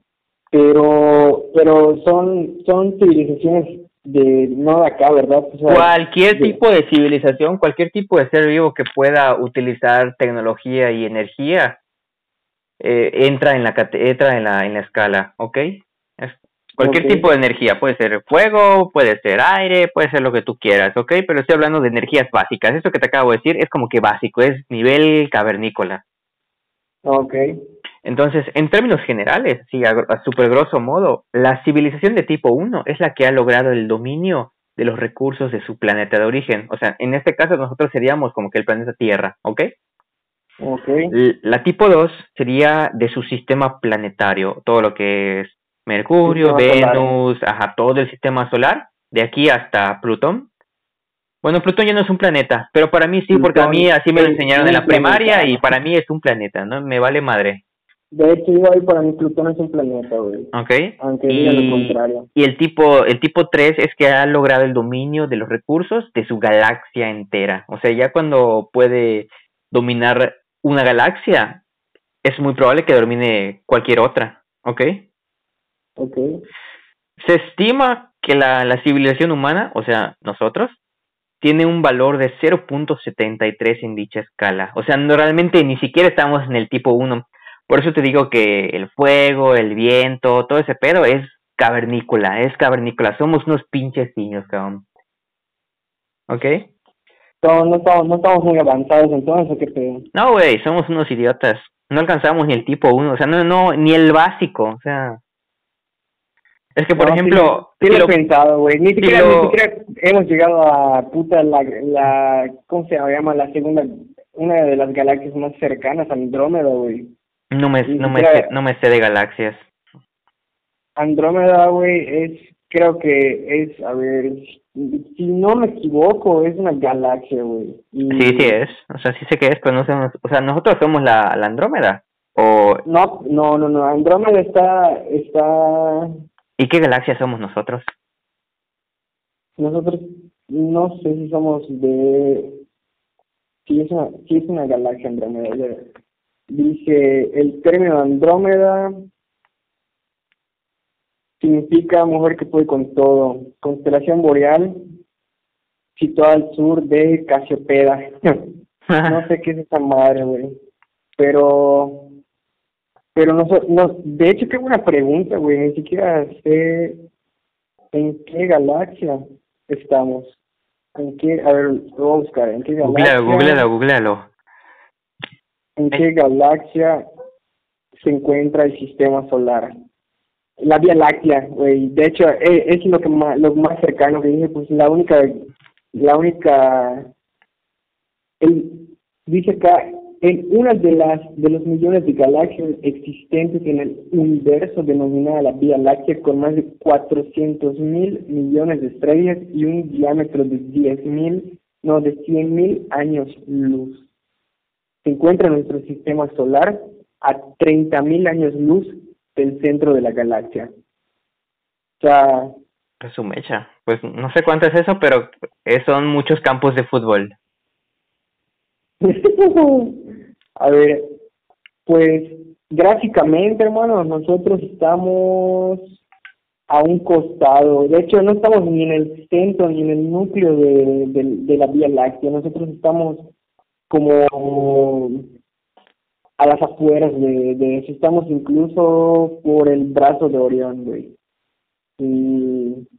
Pero, pero son, son civilizaciones de, no de acá, ¿verdad? O sea, Cualquier de- tipo de civilización, cualquier tipo de ser vivo que pueda utilizar tecnología y energía, eh, entra en la cate- entra en la en la escala, ¿ok? Es cualquier Ok. tipo de energía, puede ser fuego, puede ser aire, puede ser lo que tú quieras, ¿ok? Pero estoy hablando de energías básicas. Esto que te acabo de decir es como que básico, es nivel cavernícola. Ok. Entonces, en términos generales, sí, a, a super grosso modo, la civilización de tipo uno es la que ha logrado el dominio de los recursos de su planeta de origen. O sea, en este caso nosotros seríamos como que el planeta Tierra, ¿ok? Ok. L- La tipo dos sería de su sistema planetario, todo lo que es Mercurio, Sistema solar. Venus, ajá, todo el sistema solar, de aquí hasta Plutón. Bueno, Plutón ya no es un planeta, pero para mí sí, porque a mí Plutón así me lo es enseñaron en un la primaria planeta. y para mí es un planeta, ¿no? Me vale madre, De hecho, igual para mí Plutón es un planeta, güey. ¿ok? Aunque digan lo Y, contrario. y el tipo el tipo tres es que ha logrado el dominio de los recursos de su galaxia entera. O sea, ya cuando puede dominar una galaxia, es muy probable que domine cualquier otra, ¿ok? Ok. Se estima que la, la civilización humana, o sea, nosotros, tiene un valor de cero punto setenta y tres en dicha escala. O sea, no, realmente ni siquiera estamos en el tipo uno. Por eso te digo que el fuego, el viento, todo ese pedo es cavernícola, es cavernícola. Somos unos pinches niños, cabrón. ¿Ok? No, no estamos, no estamos muy avanzados entonces, ¿o qué pedo? No, güey, somos unos idiotas. No alcanzamos ni el tipo uno, o sea, no, no, ni el básico, o sea... Es que, por No, sí, ejemplo, sí si lo he lo, pensado, güey. Ni si siquiera, ni lo, siquiera hemos llegado a puta la, la, ¿cómo se llama? La segunda, una de las galaxias más cercanas, Andrómeda, güey. no me, Ni no me sé, siquiera no me sé de galaxias. Andrómeda, güey, es, creo que es, a ver, si no me equivoco, es una galaxia, güey. Y Sí, sí es, o sea, sí sé que es, pero no sabemos, o sea, nosotros somos la, la Andrómeda. O... No, no, no, no, Andrómeda está, está, ¿Y qué galaxia somos nosotros? nosotros no sé si somos de, si es una, si es una galaxia Andrómeda. ya. Dice, el término Andrómeda significa mujer que puede con todo, constelación boreal situada al sur de Casiopea. No sé qué es esa madre, güey, pero... Pero no, so- no, de hecho, qué buena pregunta, güey. Ni siquiera sé en qué galaxia estamos. ¿En qué? A ver, lo voy a buscar. ¿En qué Googlealo, galaxia? googlealo, googlealo. ¿En Eh, qué galaxia se encuentra el sistema solar? La Vía Láctea, güey. De hecho, e- es lo que más, lo más cercano que dije, pues la única, la única, el, dice acá, en una de las de los millones de galaxias existentes en el universo denominada la Vía Láctea, con más de cuatrocientos mil millones de estrellas y un diámetro de diez mil, no, de cien mil años luz. Se encuentra en nuestro sistema solar a treinta mil años luz del centro de la galaxia. O sea, pues su mecha. Pues no sé cuánto es eso, pero eh, son muchos campos de fútbol. a ver, pues gráficamente, hermano, nosotros estamos a un costado. De hecho, no estamos ni en el centro ni en el núcleo de, de, de la Vía Láctea. Nosotros estamos como a las afueras de, de eso. Estamos incluso por el brazo de Orión, güey. Y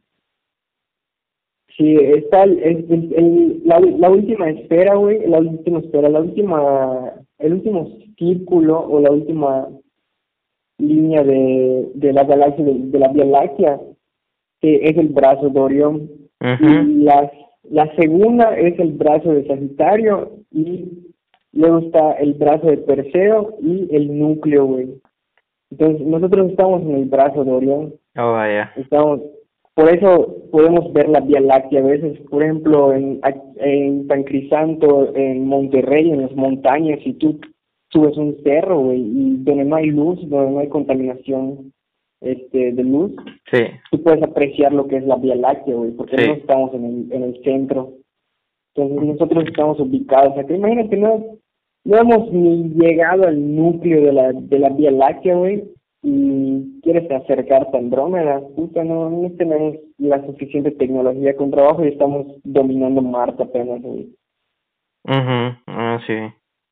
sí, está el, el, el- el- la, la última esfera, güey, la última esfera, la última, el último círculo o la última línea de, de la galaxia, de, de la Vía Láctea, que es el brazo de Orión. Ujú. Y la, la segunda es el brazo de Sagitario, y luego está el brazo de Perseo y el núcleo, güey. Entonces, nosotros estamos en el brazo de Orión. Oh, vaya. Estamos, por eso podemos ver la Vía Láctea a veces, por ejemplo, en, en San Crisanto, en Monterrey, en las montañas, y tú subes un cerro, güey, y donde no hay luz, donde no hay contaminación este de luz, Sí, tú puedes apreciar lo que es la Vía Láctea, güey, porque sí. no estamos en el, en el centro. Entonces nosotros estamos ubicados acá. Imagínate, no, no hemos ni llegado al núcleo de la, de la Vía Láctea, güey, y quieres acercarte a Andrómeda, puta, no, no tenemos la suficiente tecnología con trabajo y estamos dominando Marte apenas, güey. Mhm. Ah, sí.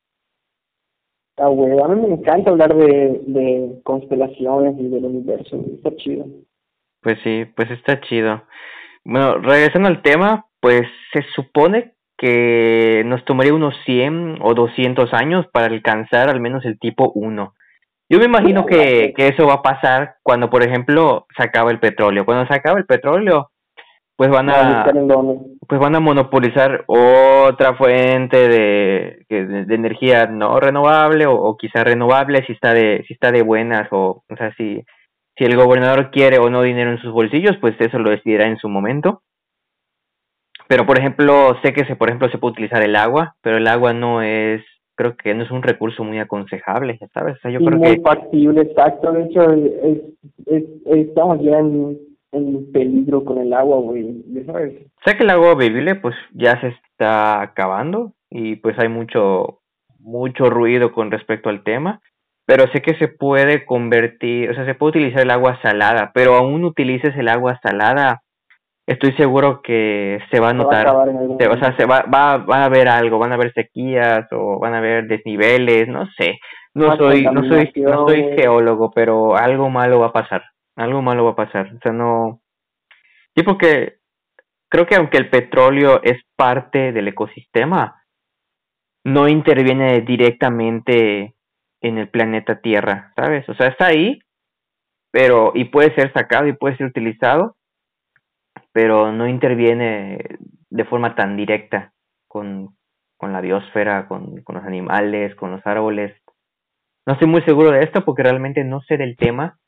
Ah, güey, a mí me encanta hablar de, de constelaciones y del universo, güey, está chido. Pues sí, pues está chido. Bueno, regresando al tema, pues se supone que nos tomaría unos cien o doscientos años para alcanzar al menos el tipo uno. Yo me imagino que, que eso va a pasar cuando, por ejemplo, se acaba el petróleo. Cuando se acaba el petróleo, pues van Vamos a buscar a en dónde. pues van a monopolizar otra fuente de, que- de, de energía no renovable o, o quizá renovable si está de si está de buenas o o sea si si el gobernador quiere o no dinero en sus bolsillos, pues eso lo decidirá en su momento. Pero por ejemplo, sé que se por ejemplo se puede utilizar el agua, pero el agua no es, creo que no es un recurso muy aconsejable, ya sabes. O sea, yo Y creo muy que factible, exacto. De hecho, es, es, estamos ya en, en peligro con el agua, güey, ya sabes. sé que el agua bebible pues ya se está acabando y pues hay mucho mucho ruido con respecto al tema, pero sé que se puede convertir, o sea, se puede utilizar el agua salada, pero aún utilices el agua salada, estoy seguro que se va a Se va a notar, acabar en algún se- o sea, momento. se va, va, va a haber algo, van a haber sequías o van a haber desniveles, no sé, no Más soy, no soy, no contaminación, soy güey. geólogo, pero algo malo va a pasar, algo malo va a pasar, o sea, no, sí, porque creo que aunque el petróleo es parte del ecosistema, no interviene directamente en el planeta Tierra, ¿sabes? O sea, está ahí, pero y puede ser sacado y puede ser utilizado, pero no interviene de forma tan directa con, con la biosfera, con, con los animales, con los árboles. No estoy muy seguro de esto porque realmente no sé del tema,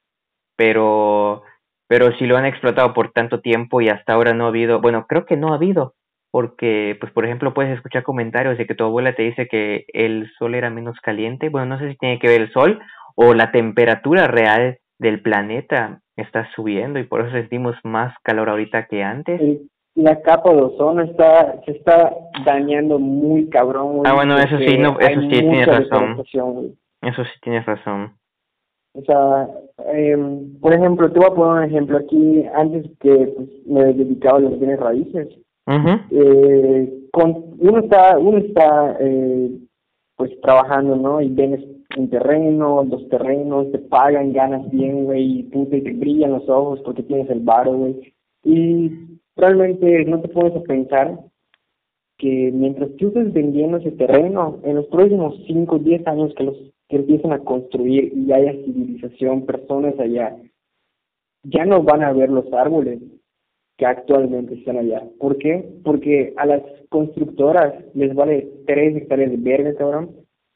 pero pero si lo han explotado por tanto tiempo y hasta ahora no ha habido, bueno, creo que no ha habido porque, pues, por ejemplo, puedes escuchar comentarios de que tu abuela te dice que el sol era menos caliente. Bueno, no sé si tiene que ver el sol o la temperatura real del planeta está subiendo y por eso sentimos más calor ahorita que antes. El, la capa de ozono está, se está dañando muy cabrón, güey. Ah, bueno, eso sí, no, eso sí tienes razón. Güey. Eso sí tienes razón. O sea, eh, por ejemplo, te voy a poner un ejemplo aquí, antes que pues, me dedicaba a los bienes raíces. Uh-huh. eh, con, uno está, uno está eh, pues trabajando, ¿no? Y vienes un terreno, los terrenos, te pagan, ganas bien, güey, y puta, y te brillan los ojos porque tienes el varo, güey. Y realmente no te pones a pensar que mientras tú estés vendiendo ese terreno, en los próximos cinco o diez años que los que empiecen a construir y haya civilización, personas allá, ya no van a ver los árboles que actualmente están allá. ¿Por qué? Porque a las constructoras les vale tres hectáreas de verga, cabrón,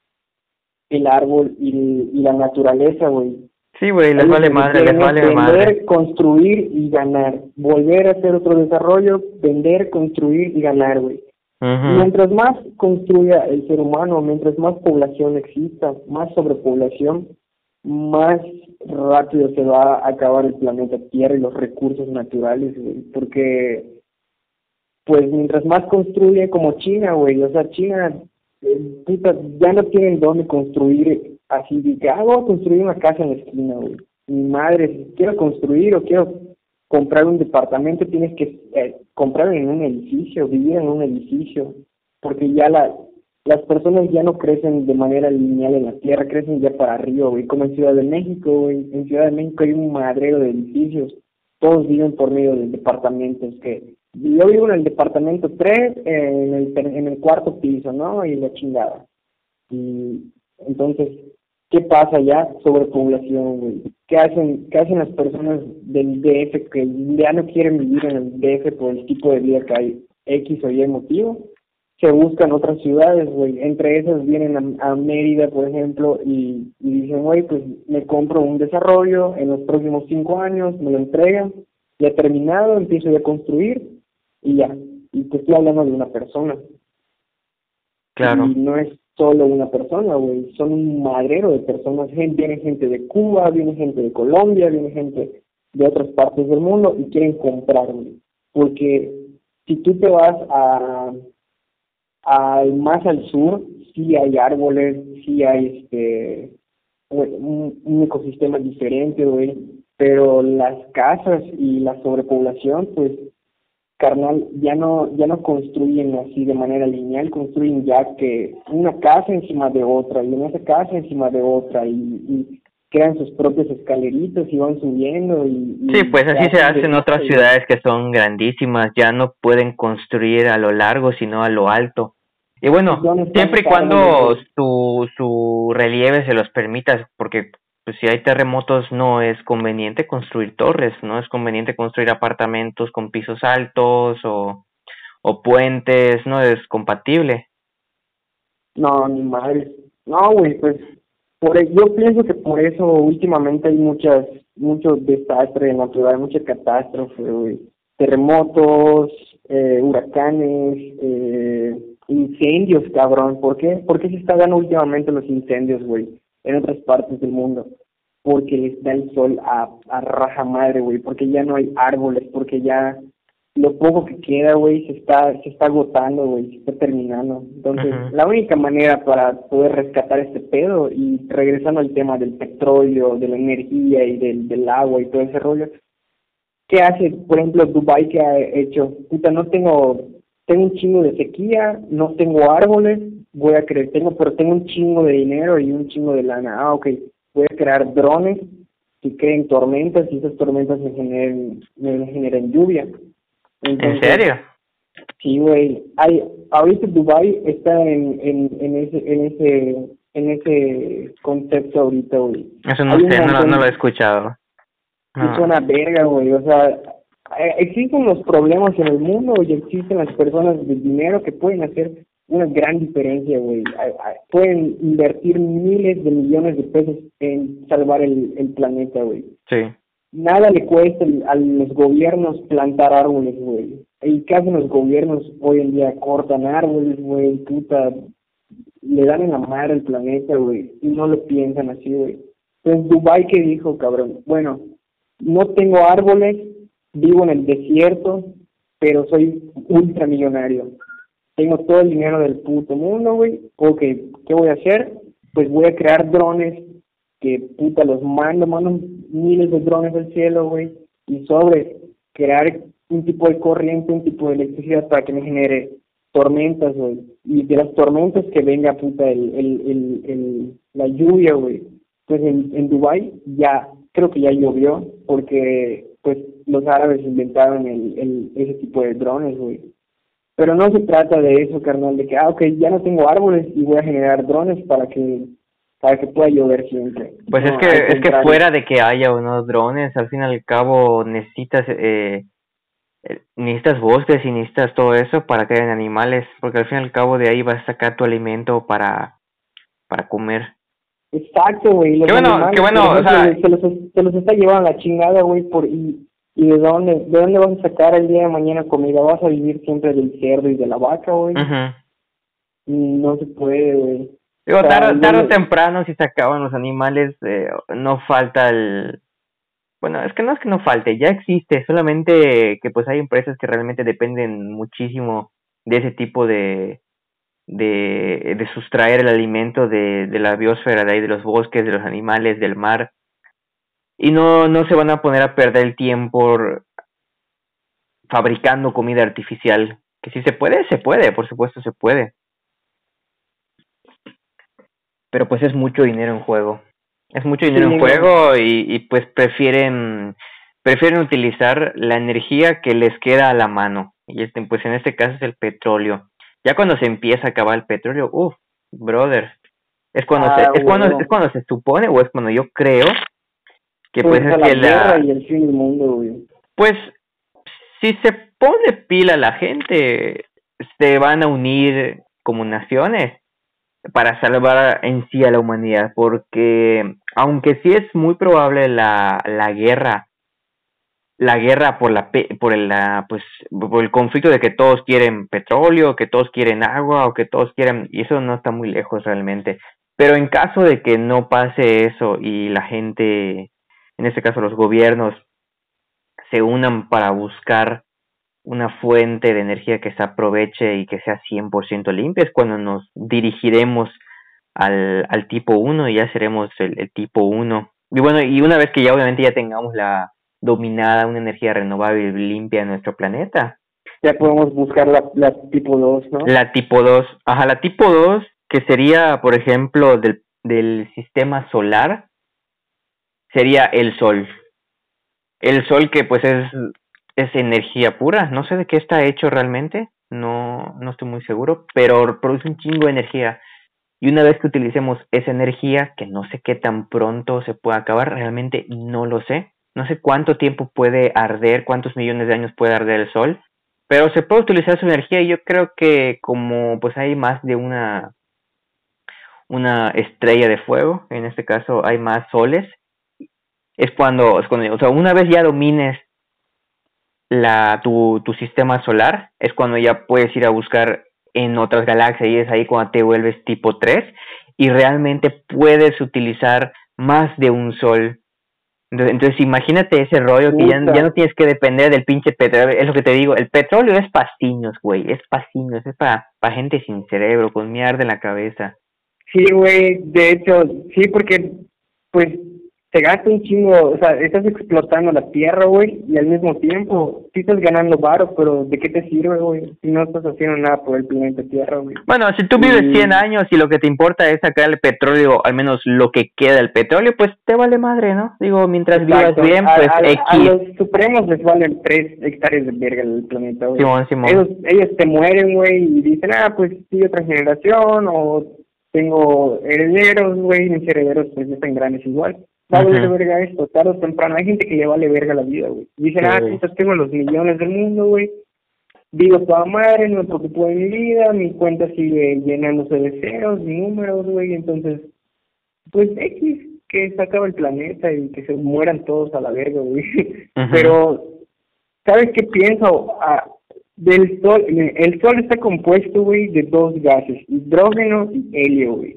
el árbol y, y la naturaleza, güey. Sí, güey, les vale madre, les vale vender, madre. Construir y ganar. Volver a hacer otro desarrollo, vender, construir y ganar, güey. Uh-huh. Mientras más construya el ser humano, mientras más población exista, más sobrepoblación, más rápido se va a acabar el planeta Tierra y los recursos naturales, güey. Porque, pues, mientras más construye, como China, güey, o sea, China, eh, puta, ya no tienen dónde construir así, de que, ah, voy a construir una casa en la esquina, güey. Mi madre, si quiero construir o quiero comprar un departamento, tienes que eh, comprar en un edificio, vivir en un edificio, porque ya la, las personas ya no crecen de manera lineal en la tierra, crecen ya para arriba, güey, como en Ciudad de México, güey. En Ciudad de México hay un madrero de edificios, todos viven por medio de departamentos, que yo vivo en el departamento tres, eh, en, el, en el cuarto piso, ¿no? Y la chingada. Y entonces, ¿qué pasa ya? Sobrepoblación, güey. ¿Qué hacen, ¿Qué hacen las personas del D F que ya no quieren vivir en el D F por el tipo de vida que hay, X o Y motivo? Se buscan otras ciudades, güey. Entre esas vienen a, a Mérida, por ejemplo, y, y dicen, güey, pues me compro un desarrollo en los próximos cinco años, me lo entregan, ya terminado, empiezo ya a construir y ya. Y te estoy hablando de una persona. Claro. Y no es solo una persona, güey, son un madrero de personas. Viene gente de Cuba, viene gente de Colombia, viene gente de otras partes del mundo y quieren comprar, güey. Porque si tú te vas a, a más al sur, sí hay árboles, sí hay este un, un ecosistema diferente, güey, pero las casas y la sobrepoblación, pues, carnal, ya no ya no construyen así de manera lineal, construyen ya que una casa encima de otra y en esa casa encima de otra y, y crean sus propios escaleritos y van subiendo y, y sí, pues así se hace en otras ciudades que son grandísimas, ya no pueden construir a lo largo sino a lo alto. Y bueno, siempre y cuando su su relieve se los permita, porque pues si hay terremotos no es conveniente construir torres, no es conveniente construir apartamentos con pisos altos o, o puentes, no es compatible. No, ni madre. No, güey, pues por yo pienso que por eso últimamente hay muchas muchos desastres naturales, mucha catástrofe, güey. Terremotos, eh, huracanes, eh, incendios, cabrón. ¿Por qué? ¿Por qué se están dando últimamente los incendios, güey? En otras partes del mundo, porque les da el sol a, a raja madre, güey, porque ya no hay árboles, porque ya lo poco que queda, güey, se está se está agotando, güey, se está terminando. Entonces, uh-huh. La única manera para poder rescatar este pedo, y regresando al tema del petróleo, de la energía y del, del agua y todo ese rollo, ¿qué hace, por ejemplo, Dubái que ha hecho? Puta, no tengo, tengo un chingo de sequía, no tengo árboles, voy a creer, tengo, pero tengo un chingo de dinero y un chingo de lana. Ah, ok, voy a crear drones que creen tormentas y esas tormentas me generen, me generen lluvia. Entonces, ¿en serio? Sí, güey. Hay, ahorita Dubái está en, en, en ese, en ese, en ese concepto ahorita, güey. Eso no sé, no, no lo he escuchado. No. Es una verga, güey. O sea, existen los problemas en el mundo y existen las personas de dinero que pueden hacer una gran diferencia, güey. Pueden invertir miles de millones de pesos en salvar el, el planeta, güey. Sí. Nada le cuesta a los gobiernos plantar árboles, güey. ¿Y qué hacen los gobiernos hoy en día? Cortan árboles, güey, puta, le dan en la madre al planeta, güey, y no lo piensan así, güey. Entonces, Dubái, ¿qué dijo, cabrón? Bueno, no tengo árboles, vivo en el desierto, pero soy ultramillonario. Tengo todo el dinero del puto mundo, güey. Ok, ¿qué voy a hacer? Pues voy a crear drones que, puta, los mando, mando miles de drones al cielo, güey. Y sobre crear un tipo de corriente, un tipo de electricidad para que me genere tormentas, güey. Y de las tormentas que venga, puta, el, el, el, el la lluvia, güey. Pues en, en Dubái ya, creo que ya llovió, porque, pues, los árabes inventaron el, el ese tipo de drones, güey. Pero no se trata de eso, carnal, de que, ah, ok, ya no tengo árboles y voy a generar drones para que para que pueda llover siempre. Pues no, es que es que fuera de que haya unos drones, al fin y al cabo necesitas eh, necesitas bosques y necesitas todo eso para que hayan animales, porque al fin y al cabo de ahí vas a sacar tu alimento para para comer. Exacto, güey. Qué bueno, animales, qué bueno, ejemplo, o sea, se los, se los está llevando la chingada, güey, por y ¿Y de dónde, de dónde vas a sacar el día de mañana comida? ¿Vas a vivir siempre del cerdo y de la vaca, güey? Uh-huh. No se puede, güey. Digo, O sea, tarde, tarde yo... o temprano, si se acaban los animales, eh, no falta el... Bueno, es que no es que no falte, ya existe, solamente que pues hay empresas que realmente dependen muchísimo de ese tipo de... de, de sustraer el alimento de, de la biosfera, de ahí, de los bosques, de los animales, del mar. Y no, no se van a poner a perder el tiempo fabricando comida artificial. Que si se puede, se puede, por supuesto se puede. Pero pues es mucho dinero en juego. Es mucho dinero sí, en juego no. y, y pues prefieren prefieren utilizar la energía que les queda a la mano. Y este, pues en este caso es el petróleo. Ya cuando se empieza a acabar el petróleo, uff, brother. Es cuando ah, se, es bueno. cuando es cuando se supone o es cuando yo creo que pues, pues es la que guerra la y el fin del mundo, güey. Pues si se pone pila la gente, se van a unir como naciones para salvar en sí a la humanidad, porque aunque sí es muy probable la, la guerra, la guerra por la por el la, pues por el conflicto de que todos quieren petróleo, que todos quieren agua o que todos quieren, y eso no está muy lejos realmente, pero en caso de que no pase eso y la gente, en este caso los gobiernos, se unan para buscar una fuente de energía que se aproveche y que sea cien por ciento limpia, es cuando nos dirigiremos al, al tipo uno y ya seremos el, el tipo uno. Y bueno, y una vez que ya obviamente ya tengamos la dominada, una energía renovable y limpia en nuestro planeta, ya podemos buscar la, la tipo dos, ¿no? La tipo dos, ajá, la tipo dos, que sería, por ejemplo, del, del sistema solar, sería el sol. El sol que pues es, es energía pura, no sé de qué está hecho realmente, no, no estoy muy seguro, pero produce un chingo de energía. Y una vez que utilicemos esa energía, que no sé qué tan pronto se puede acabar, realmente no lo sé. No sé cuánto tiempo puede arder, cuántos millones de años puede arder el sol, pero se puede utilizar su energía y yo creo que como pues hay más de una, una estrella de fuego, en este caso hay más soles, es cuando, es cuando, o sea, una vez ya domines la, tu, tu sistema solar, es cuando ya puedes ir a buscar en otras galaxias y es ahí cuando te vuelves tipo tres y realmente puedes utilizar más de un sol. Entonces, entonces imagínate ese rollo que ya, ya no tienes que depender del pinche petróleo. Es lo que te digo, el petróleo es pastiños, güey, es pastiños, es para pa gente sin cerebro, con mierda en la cabeza. Sí, güey, de hecho, sí, porque pues te gasta un chingo, o sea, estás explotando la tierra, güey, y al mismo tiempo sí estás ganando varo, pero ¿de qué te sirve, güey? Si no estás haciendo nada por el planeta Tierra, güey. Bueno, si tú vives y... cien años y lo que te importa es sacar el petróleo, al menos lo que queda del petróleo, pues te vale madre, ¿no? Digo, mientras Exacto. vivas bien, pues a, a, X. A los supremos les valen tres hectáreas de verga el planeta, güey. Simón, Simón. Ellos, ellos te mueren, güey, y dicen, ah, pues sigue otra generación, o tengo herederos, güey, mis herederos pues ya están grandes igual. Vale uh-huh. verga esto, tarde o temprano. Hay gente que le vale verga la vida, güey. Dicen, sí, ah, quizás tengo los millones del mundo, güey. Digo toda madre, no me preocupo de mi vida, mi cuenta sigue llenándose de ceros, de números, güey. Entonces, pues X, que se acaba el planeta y que se mueran todos a la verga, güey. Uh-huh. Pero, ¿sabes qué pienso? Ah, Del sol, el sol está compuesto, güey, de dos gases, hidrógeno y helio, güey.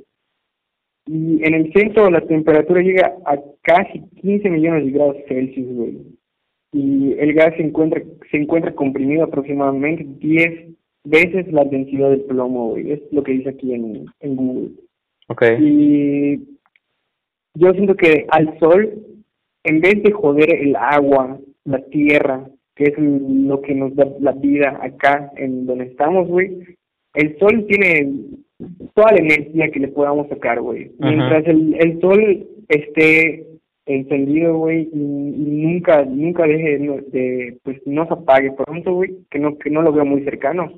Y en el centro la temperatura llega a casi quince millones de grados Celsius, güey. Y el gas se encuentra se encuentra comprimido aproximadamente diez veces la densidad del plomo, güey. Es lo que dice aquí en, en Google. Okay. Y yo siento que al sol, en vez de joder el agua, la tierra, que es lo que nos da la vida acá en donde estamos, güey, el sol tiene toda la energía que le podamos sacar, güey. Uh-huh. Mientras el, el sol esté encendido, güey, y, y nunca nunca deje de, de, pues no se apague pronto, güey, que no que no lo veo muy cercano.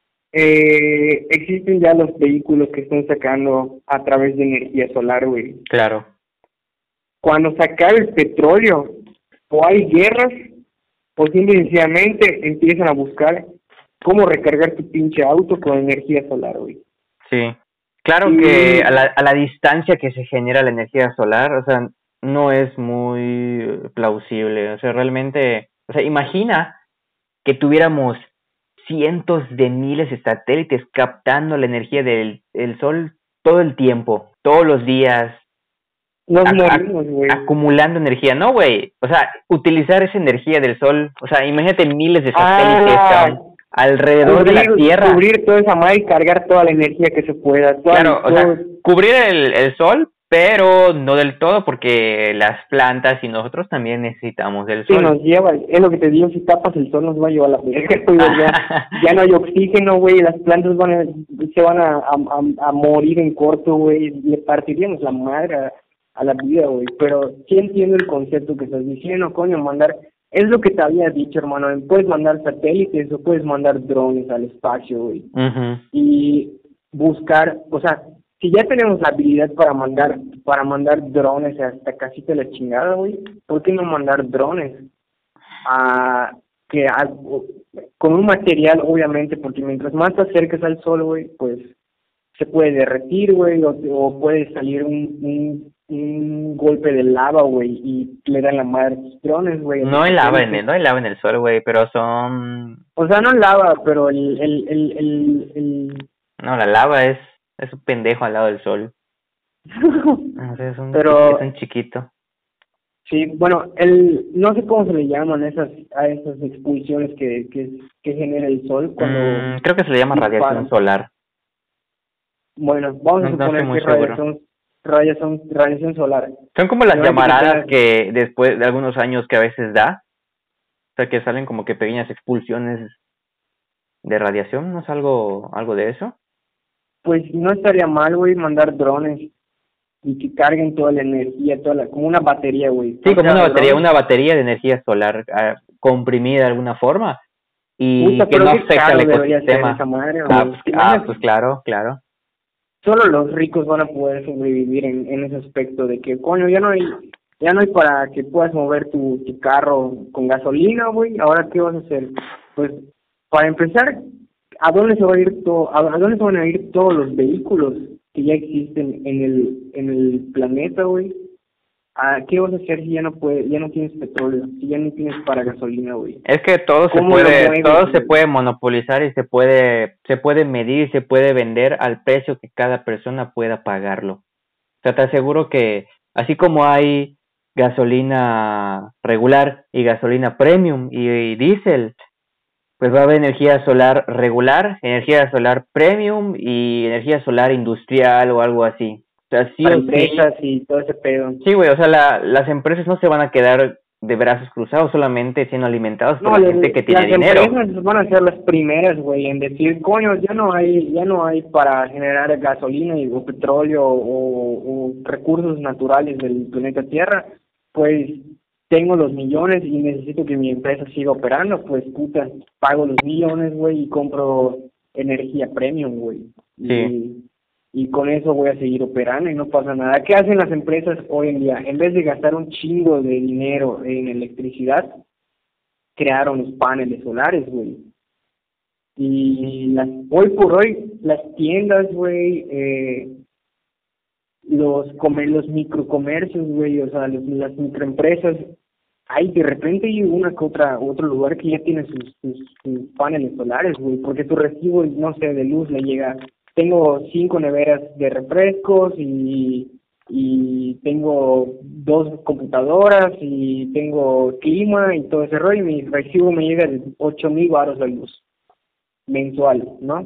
Eh, existen ya los vehículos que están sacando a través de energía solar, güey. Claro. Cuando se acabe el petróleo o hay guerras, o simple y sencillamente empiezan a buscar cómo recargar tu pinche auto con energía solar, güey. Sí, claro y... que a la, a la distancia que se genera la energía solar, o sea, no es muy plausible, o sea, realmente, o sea, imagina que tuviéramos cientos de miles de satélites captando la energía del el sol todo el tiempo, todos los días, Nos morimos, güey. Acumulando energía, no, güey. O sea, utilizar esa energía del sol, o sea, imagínate miles de satélites ah, alrededor cubrir, de la Tierra. Cubrir toda esa madre y cargar toda la energía que se pueda. Claro, o sea, cubrir el, el sol, pero no del todo, porque las plantas y nosotros también necesitamos del sol. Sí, nos lleva, es lo que te digo, si tapas el sol nos va a llevar la verga, güey. ya, ya no hay oxígeno, güey, las plantas van a, se van a, a, a morir en corto, güey, le partiríamos la madre a, a la vida, güey, pero sí entiendo el concepto que estás diciendo, coño, mandar, es lo que te había dicho, hermano, puedes mandar satélites o puedes mandar drones al espacio, güey, uh-huh. y buscar, o sea, si ya tenemos la habilidad para mandar, para mandar drones hasta casi de la chingada, güey, ¿por qué no mandar drones a, que a, con un material, obviamente, porque mientras más te acerques al sol, güey, pues, se puede derretir, güey, o, o puede salir un, un un golpe de lava, güey, y le dan la madre a tus drones, güey. No hay lava en el, no hay lava en el sol, güey, pero son... O sea, no lava, pero el, el, el, el, el... No, la lava es, es un pendejo al lado del sol. O sea, es un, pero... es un chiquito. Sí, bueno, el, no sé cómo se le llaman esas, a esas expulsiones que, que, que genera el sol cuando... Mm, creo que se le llama dispara. Radiación solar. Bueno, vamos no, a suponer no que radiación... Radiación, radiación solar. Son como las no llamaradas que, que después de algunos años que a veces da, o sea, que salen como que pequeñas expulsiones de radiación, ¿no es algo algo de eso? Pues no estaría mal, güey, mandar drones y que carguen toda la energía, toda la, como una batería, güey. Sí, como una batería, drones. una batería de energía solar uh, comprimida de alguna forma y Puta, que no afecte al ecosistema. Esa madre, ah, pues, ah, pues claro, claro. Solo los ricos van a poder sobrevivir en, en ese aspecto de que, coño, ya no hay ya no hay para que puedas mover tu, tu carro con gasolina, güey. Ahora, ¿qué vas a hacer? Pues, para empezar, ¿a dónde se va a ir todo, a, a dónde se van a ir todos los vehículos que ya existen en el en el planeta, güey? ¿A qué vas a hacer si ya no puede, ya no tienes petróleo, si ya no tienes para gasolina, güey? Es que todo se puede, mueves, todo güey? se puede monopolizar y se puede, se puede medir, se puede vender al precio que cada persona pueda pagarlo. O sea, te aseguro que así como hay gasolina regular y gasolina premium y, y diésel, pues va a haber energía solar regular, energía solar premium y energía solar industrial o algo así. O sea, sí para o empresas sí, y todo ese pedo. Sí, güey, o sea, la, las empresas no se van a quedar de brazos cruzados solamente siendo alimentados por no, la gente que tiene dinero. Las empresas van a ser las primeras, güey, en decir, coño, ya no hay ya no hay para generar gasolina y, o petróleo o, o recursos naturales del planeta Tierra, pues tengo los millones y necesito que mi empresa siga operando, pues puta, pago los millones, güey, y compro energía premium, güey. Sí. Y, y con eso voy a seguir operando y no pasa nada. ¿Qué hacen las empresas hoy en día? En vez de gastar un chingo de dinero en electricidad, crearon los paneles solares, güey. Y las, hoy por hoy, las tiendas, güey, eh, los comer, los microcomercios, güey, o sea, los, las microempresas hay de repente hay una que otra, otro lugar que ya tiene sus, sus, sus paneles solares, güey, porque tu recibo, no sé, de luz le llega, tengo cinco neveras de refrescos y, y tengo dos computadoras y tengo clima y todo ese rollo, y mi recibo me llega de ocho mil baros de luz mensual, ¿no?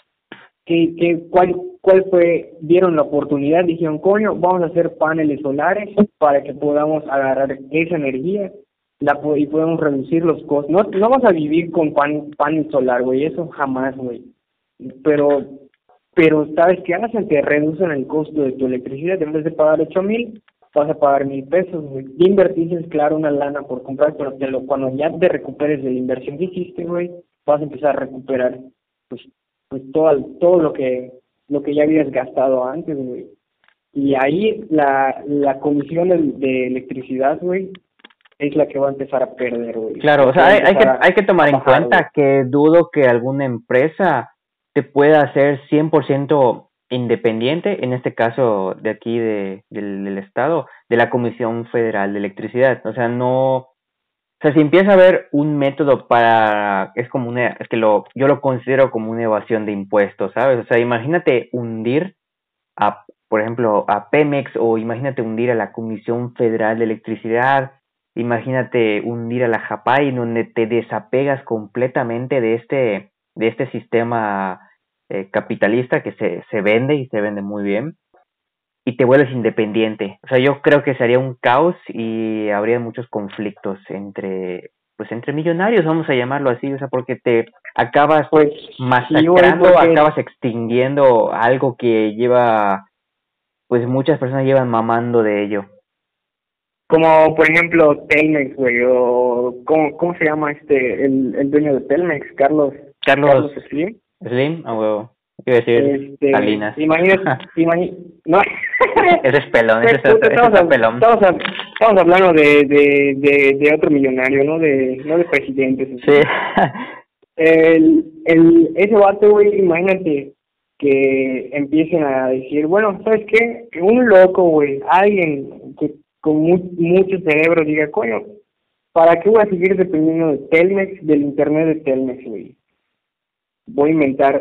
¿Qué, qué, cuál, ¿Cuál fue? Vieron la oportunidad, dijeron, coño, vamos a hacer paneles solares para que podamos agarrar esa energía la y podemos reducir los costos. No, no vas a vivir con pan, panel solar, güey, eso jamás, güey. Pero, pero ¿sabes qué hacen? Te reducen el costo de tu electricidad. En vez de pagar ocho mil, vas a pagar mil pesos, güey. Ya invertiste, claro, una lana por comprar, pero te lo, cuando ya te recuperes de la inversión que hiciste, güey, vas a empezar a recuperar, pues, pues todo, todo lo que lo que ya habías gastado antes, güey. Y ahí la, la comisión de, de electricidad, güey, es la que va a empezar a perder, güey. Claro, o sea, hay, hay que hay que tomar en cuenta que dudo que alguna empresa te pueda hacer cien por ciento independiente, en este caso de aquí de, del, del Estado, de la Comisión Federal de Electricidad. O sea, no... O sea, si empieza a haber un método para... Es como una... Es que lo yo lo considero como una evasión de impuestos, ¿sabes? O sea, imagínate hundir a, por ejemplo, a Pemex, o imagínate hundir a la Comisión Federal de Electricidad, imagínate hundir a la JAPAI, donde te desapegas completamente de este de este sistema eh, capitalista que se, se vende y se vende muy bien, y te vuelves independiente. O sea, yo creo que sería un caos y habría muchos conflictos entre pues entre millonarios, vamos a llamarlo así, o sea, porque te acabas pues masacrando, sí, porque... acabas extinguiendo algo que lleva, pues muchas personas llevan mamando de ello. Como, por ejemplo, Telmex, güey, o ¿cómo, cómo se llama este, el, el dueño de Telmex? Carlos... Carlos, Carlos Slim. Slim, a huevo. Iba a decir este, Salinas. Imagínate, imagínate, no. Ese es pelón, ese es, pues, ese estamos, es pelón. Estamos, estamos hablando de, de, de, de otro millonario, ¿no? De, no de presidentes. Sí. El, el, ese vato, güey, imagínate que empiecen a decir, bueno, ¿sabes qué? Que un loco, güey, alguien que con mu mucho cerebro diga, coño, ¿para qué voy a seguir dependiendo de Telmex, del internet de Telmex, güey? Voy a inventar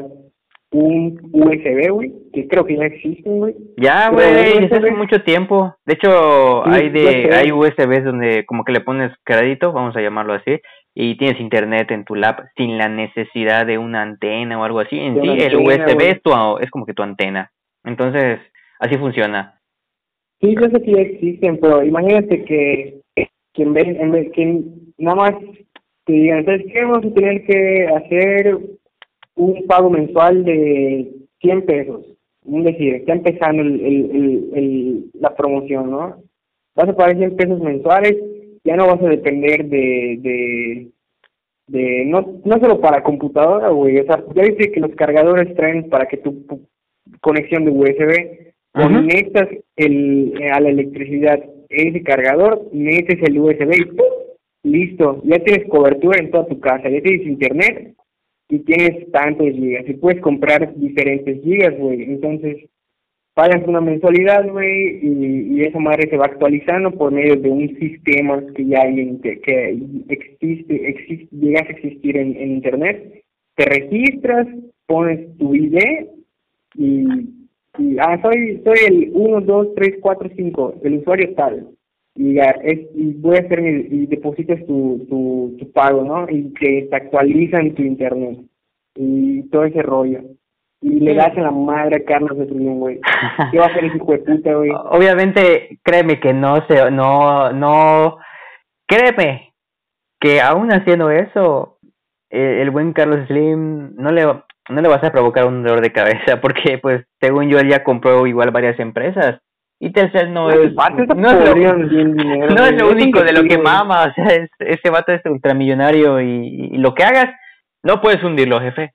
un U S B, güey, que creo que ya existen, güey. Ya, güey, desde hace mucho tiempo. De hecho, sí, hay de hay U S Bs donde como que le pones crédito, vamos a llamarlo así, y tienes internet en tu lap sin la necesidad de una antena o algo así. En sí, el U S B es, tu, es como que tu antena. Entonces, así funciona. Sí, yo sé que ya existen, pero imagínate que, que en vez, en vez que nada más te digan, ¿sabes qué? Vamos a tener que hacer un pago mensual de cien pesos. Es decir, está empezando el, el, el, el, la promoción, ¿no? Vas a pagar cien pesos mensuales, ya no vas a depender de, de, de no, no solo para computadora, güey, o sea, ya viste que los cargadores traen para que tu, tu conexión de U S B, uh-huh. Conectas el, a la electricidad ese cargador, metes el U S B y ¡pum! Listo, ya tienes cobertura en toda tu casa, ya tienes internet y tienes tantos gigas y puedes comprar diferentes gigas, güey. Entonces pagas una mensualidad, güey, y, y esa madre se va actualizando por medio de un sistema que ya hay en, que, que existe, existe, llegas a existir en, en internet. Te registras, pones tu I D y, y ah, soy soy el uno, dos, tres, cuatro, cinco, el usuario tal. Y, ya, es, y voy a hacer mi, y depositas tu, tu, tu pago, ¿no? Y que te actualizan tu internet y todo ese rollo. Y le das a la madre a Carlos de Slim, güey. ¿Qué va a hacer ese hijo de puta, güey? Obviamente, créeme que no se, no, no, créeme que aún haciendo eso, el, el buen Carlos Slim no le, no le vas a provocar un dolor de cabeza, porque, pues, según yo, él ya compró igual varias empresas. Y Telcel no, no es no es lo, dinero, no es lo único de lo que mama, o sea, es, ese vato es ultramillonario y, y lo que hagas, no puedes hundirlo, jefe.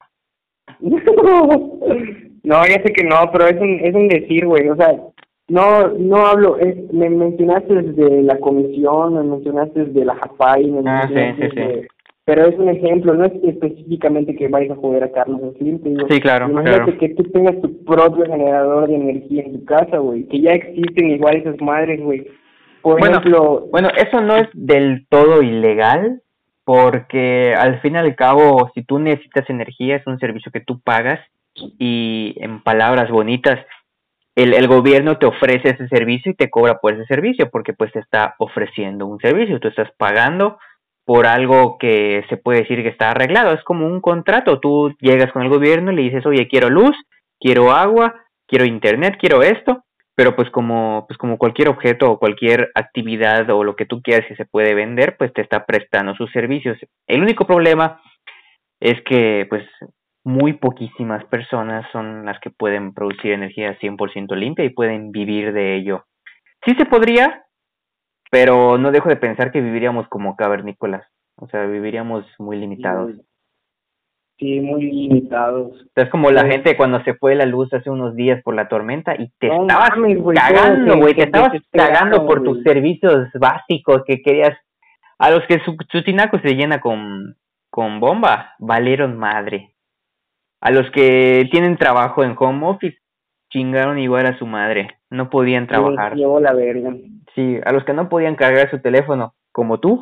No, ya sé que no, pero es un, es un decir, güey, o sea, no no hablo, es, me mencionaste desde la comisión, me mencionaste desde la JAPAI, me ah, mencionaste sí, sí, desde, sí. Pero es un ejemplo, no es específicamente que vayas a joder a Carlos Slim, te digo. Sí, claro, imagínate claro. que tú tengas tu propio generador de energía en tu casa, güey, que ya existen igual esas madres, güey, Por bueno, ejemplo... Bueno, eso no es del todo ilegal, porque al fin y al cabo, si tú necesitas energía, es un servicio que tú pagas y en palabras bonitas, el, el gobierno te ofrece ese servicio y te cobra por ese servicio, porque pues te está ofreciendo un servicio, tú estás pagando por algo que se puede decir que está arreglado, es como un contrato, tú llegas con el gobierno y le dices, oye, quiero luz, quiero agua, quiero internet, quiero esto, pero pues como, pues como cualquier objeto o cualquier actividad o lo que tú quieras que se puede vender, pues te está prestando sus servicios. El único problema es que pues muy poquísimas personas son las que pueden producir energía cien por ciento limpia y pueden vivir de ello. Sí se podría, pero no dejo de pensar que viviríamos como cavernícolas, o sea, viviríamos muy limitados. Sí, muy limitados. Es como la gente cuando se fue la luz hace unos días por la tormenta y te No estabas mames, güey, cagando, güey, te que estabas cagando por güey. tus servicios básicos que querías, a los que su, su tinaco se llena con, con bomba, valieron madre. A los que tienen trabajo en home office, chingaron igual a su madre, no podían trabajar. Les llevó la verga. Sí, a los que no podían cargar su teléfono, como tú,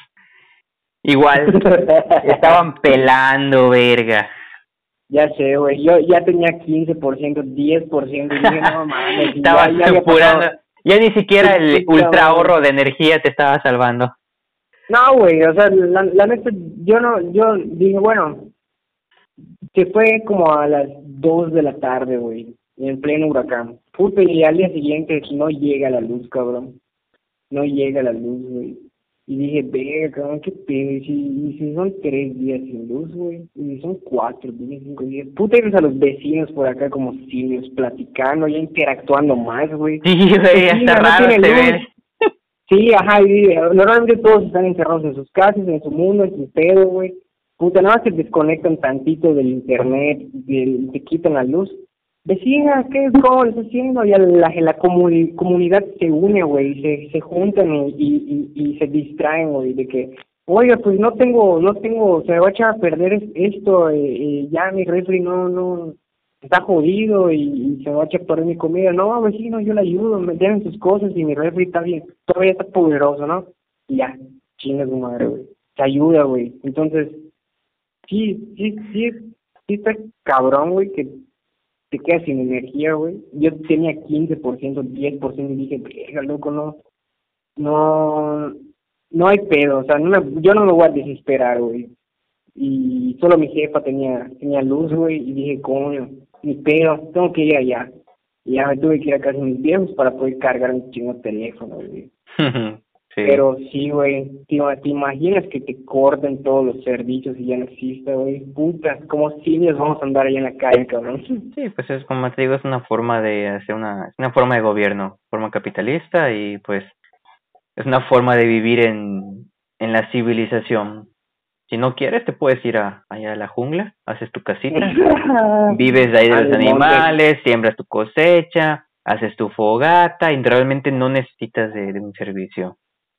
igual, estaban pelando, verga. Ya sé, güey, yo ya tenía quince por ciento, diez por ciento, y dije, no mames. Estabas ya, ya, apurando, ya ni siquiera el sí, ultra ahorro de energía te estaba salvando. No, güey, o sea, la, la neta, yo no, yo dije, bueno, se fue como a las dos de la tarde, güey, en pleno huracán. Puta, y al día siguiente no llega la luz, cabrón. No llega la luz, güey. Y dije, verga, cabrón, qué pedo. Y si, y si son tres días sin luz, güey. Y si son cuatro días, cinco días. Puta, eres a los vecinos por acá como simios, platicando, ya interactuando más, güey. Sí, güey, hasta no raro se ve. Sí, ajá, y normalmente todos están encerrados en sus casas, en su mundo, en su pedo, güey. Puta, nada más se desconectan tantito del internet, del, te quitan la luz. Vecina, ¿qué es? ¿Cómo lo está haciendo? Ya la, la comuni- comunidad se une, güey, se, se juntan y, y, y, y se distraen, güey, de que, oiga, pues no tengo, no tengo, se me va a echar a perder esto, eh, eh, ya mi refri no, no, está jodido y, y se me va a echar a perder mi comida. No, vecino, yo le ayudo, me tienen sus cosas y mi refri está bien, todavía está poderoso, ¿no? Y ya, chinga su madre, güey, te ayuda, güey. Entonces, sí, sí, sí, sí está cabrón, güey, que te quedas sin energía, güey. Yo tenía quince por ciento, diez por ciento y dije, verga, loco, no, no, no hay pedo, o sea, no me, yo no me voy a desesperar, güey. Y solo mi jefa tenía, tenía luz, güey, y dije, coño, ni pedo, tengo que ir allá. Y ya me tuve que ir a casa de mis viejos para poder cargar un chingo de teléfono, güey. Sí. Pero sí, güey, ¿te, ¿te imaginas que te corten todos los servicios y ya no existe, güey? Puta, como simios vamos a andar ahí en la calle, cabrón. Sí, pues es como te digo, es una forma de hacer una, es una forma de gobierno, forma capitalista y pues es una forma de vivir en, en la civilización. Si no quieres, te puedes ir a, allá a la jungla, haces tu casita, vives de ahí de los animales, siembras tu cosecha, haces tu fogata y realmente no necesitas de, de un servicio.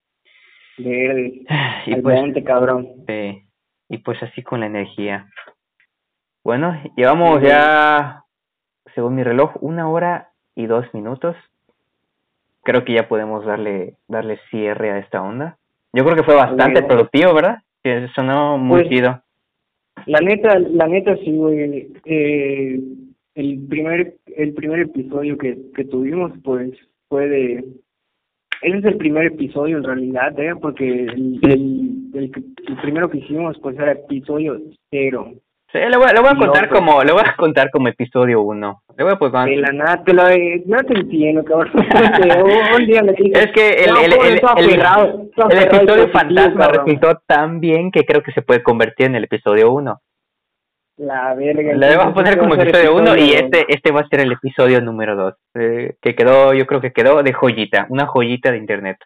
Verde, y al pues, monte, cabrón. Sí, y pues así con la energía. Bueno, llevamos sí, ya, según mi reloj, una hora y dos minutos. Creo que ya podemos darle darle cierre a esta onda. Yo creo que fue bastante bueno. productivo, ¿verdad? Que sonó muy pues, chido. La neta, la neta sí, güey. Eh, el primer el primer episodio que, que tuvimos, pues, fue de... Ese es el primer episodio en realidad, ¿eh? Porque el, el, el, el primero que hicimos, pues, era episodio cero. Sí, lo voy, lo voy a contar otro. como, lo voy a contar como episodio uno. Le voy a poner de la nada, te lo, no te entiendo, cabrón. Un día me dije, es que el, no, el, el, el, aferrado, el, el episodio fantasma cabrón. resultó tan bien que creo que se puede convertir en el episodio uno. La verga. Le voy a poner como episodio uno y este este va a ser el episodio número dos. Eh, que quedó, yo creo que quedó de joyita, una joyita de internet.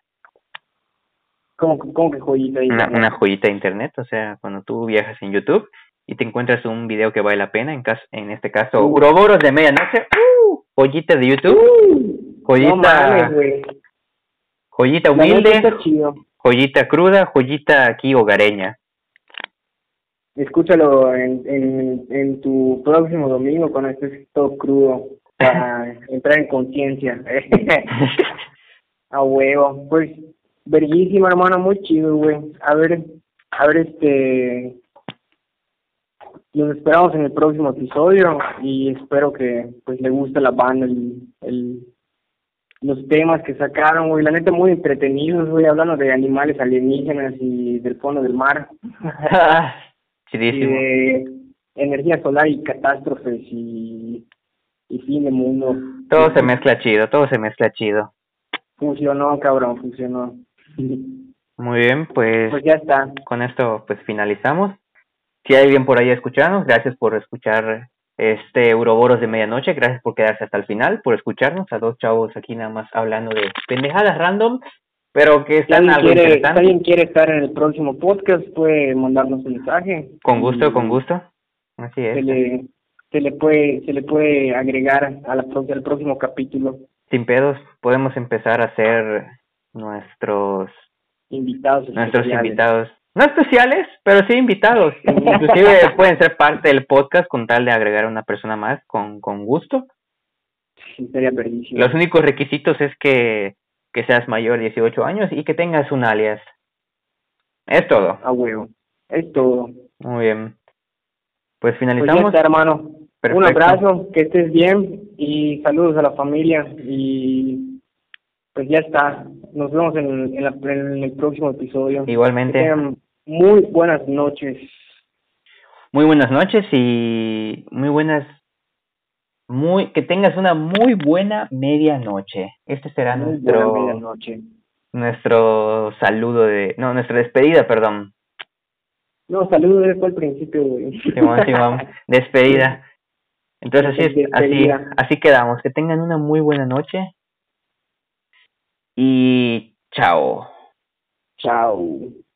¿Cómo, cómo que joyita de internet? Una, una joyita de internet, o sea, cuando tú viajas en YouTube y te encuentras un video que vale la pena, en caso, en este caso, uh. Uroboros de medianoche, uh, joyita de YouTube, uh. joyita, no mames, güey. Joyita humilde, joyita cruda, joyita aquí hogareña. Escúchalo en, en, en tu próximo domingo cuando estés todo crudo para entrar en conciencia. A huevo, pues, verguísima, hermano, muy chido, güey. A ver, a ver, este, nos esperamos en el próximo episodio y espero que, pues, le guste a la banda el, el, los temas que sacaron, güey. La neta, muy entretenidos, güey, hablando de animales alienígenas y del fondo del mar. Y Chidísimo. de energía solar y catástrofes y, y fin de mundo. Todo se mezcla chido, todo se mezcla chido. Funcionó, cabrón, funcionó. Muy bien, pues, Pues ya está. con esto pues finalizamos. Si hay alguien por ahí escuchándonos, gracias por escuchar este Uroboros de medianoche, gracias por quedarse hasta el final, por escucharnos a dos chavos aquí nada más hablando de pendejadas random, pero que Si están alguien, algo quiere, si interesantes. alguien quiere estar en el próximo podcast, puede mandarnos un mensaje. Con gusto, y con gusto. Así Se es. le, se le puede se le puede agregar a la, pro- al próximo capítulo Sin pedos, podemos empezar a hacer nuestros invitados nuestros especiales. invitados. No especiales, pero sí invitados. Inclusive pueden ser parte del podcast con tal de agregar a una persona más con, con gusto. Sí, sería verguísimo. Los únicos requisitos es que, que seas mayor de dieciocho años y que tengas un alias. Es todo. A huevo. Es todo. Muy bien. Pues Pues ya finalizamos. está, hermano. Perfecto. Un abrazo, que estés bien y saludos a la familia y pues ya está. Nos vemos en, en, la- en el próximo episodio. Igualmente. Que tengan muy buenas noches. Muy buenas noches y muy buenas, muy que tengas una muy buena medianoche. Este será Muy buena nuestro medianoche. nuestro saludo de, no, nuestra despedida, perdón. No, saludos desde al principio, güey. Simón, Simón, despedida. Entonces así es, así, Despedida. así quedamos. Que tengan una muy buena noche y chao. Chao.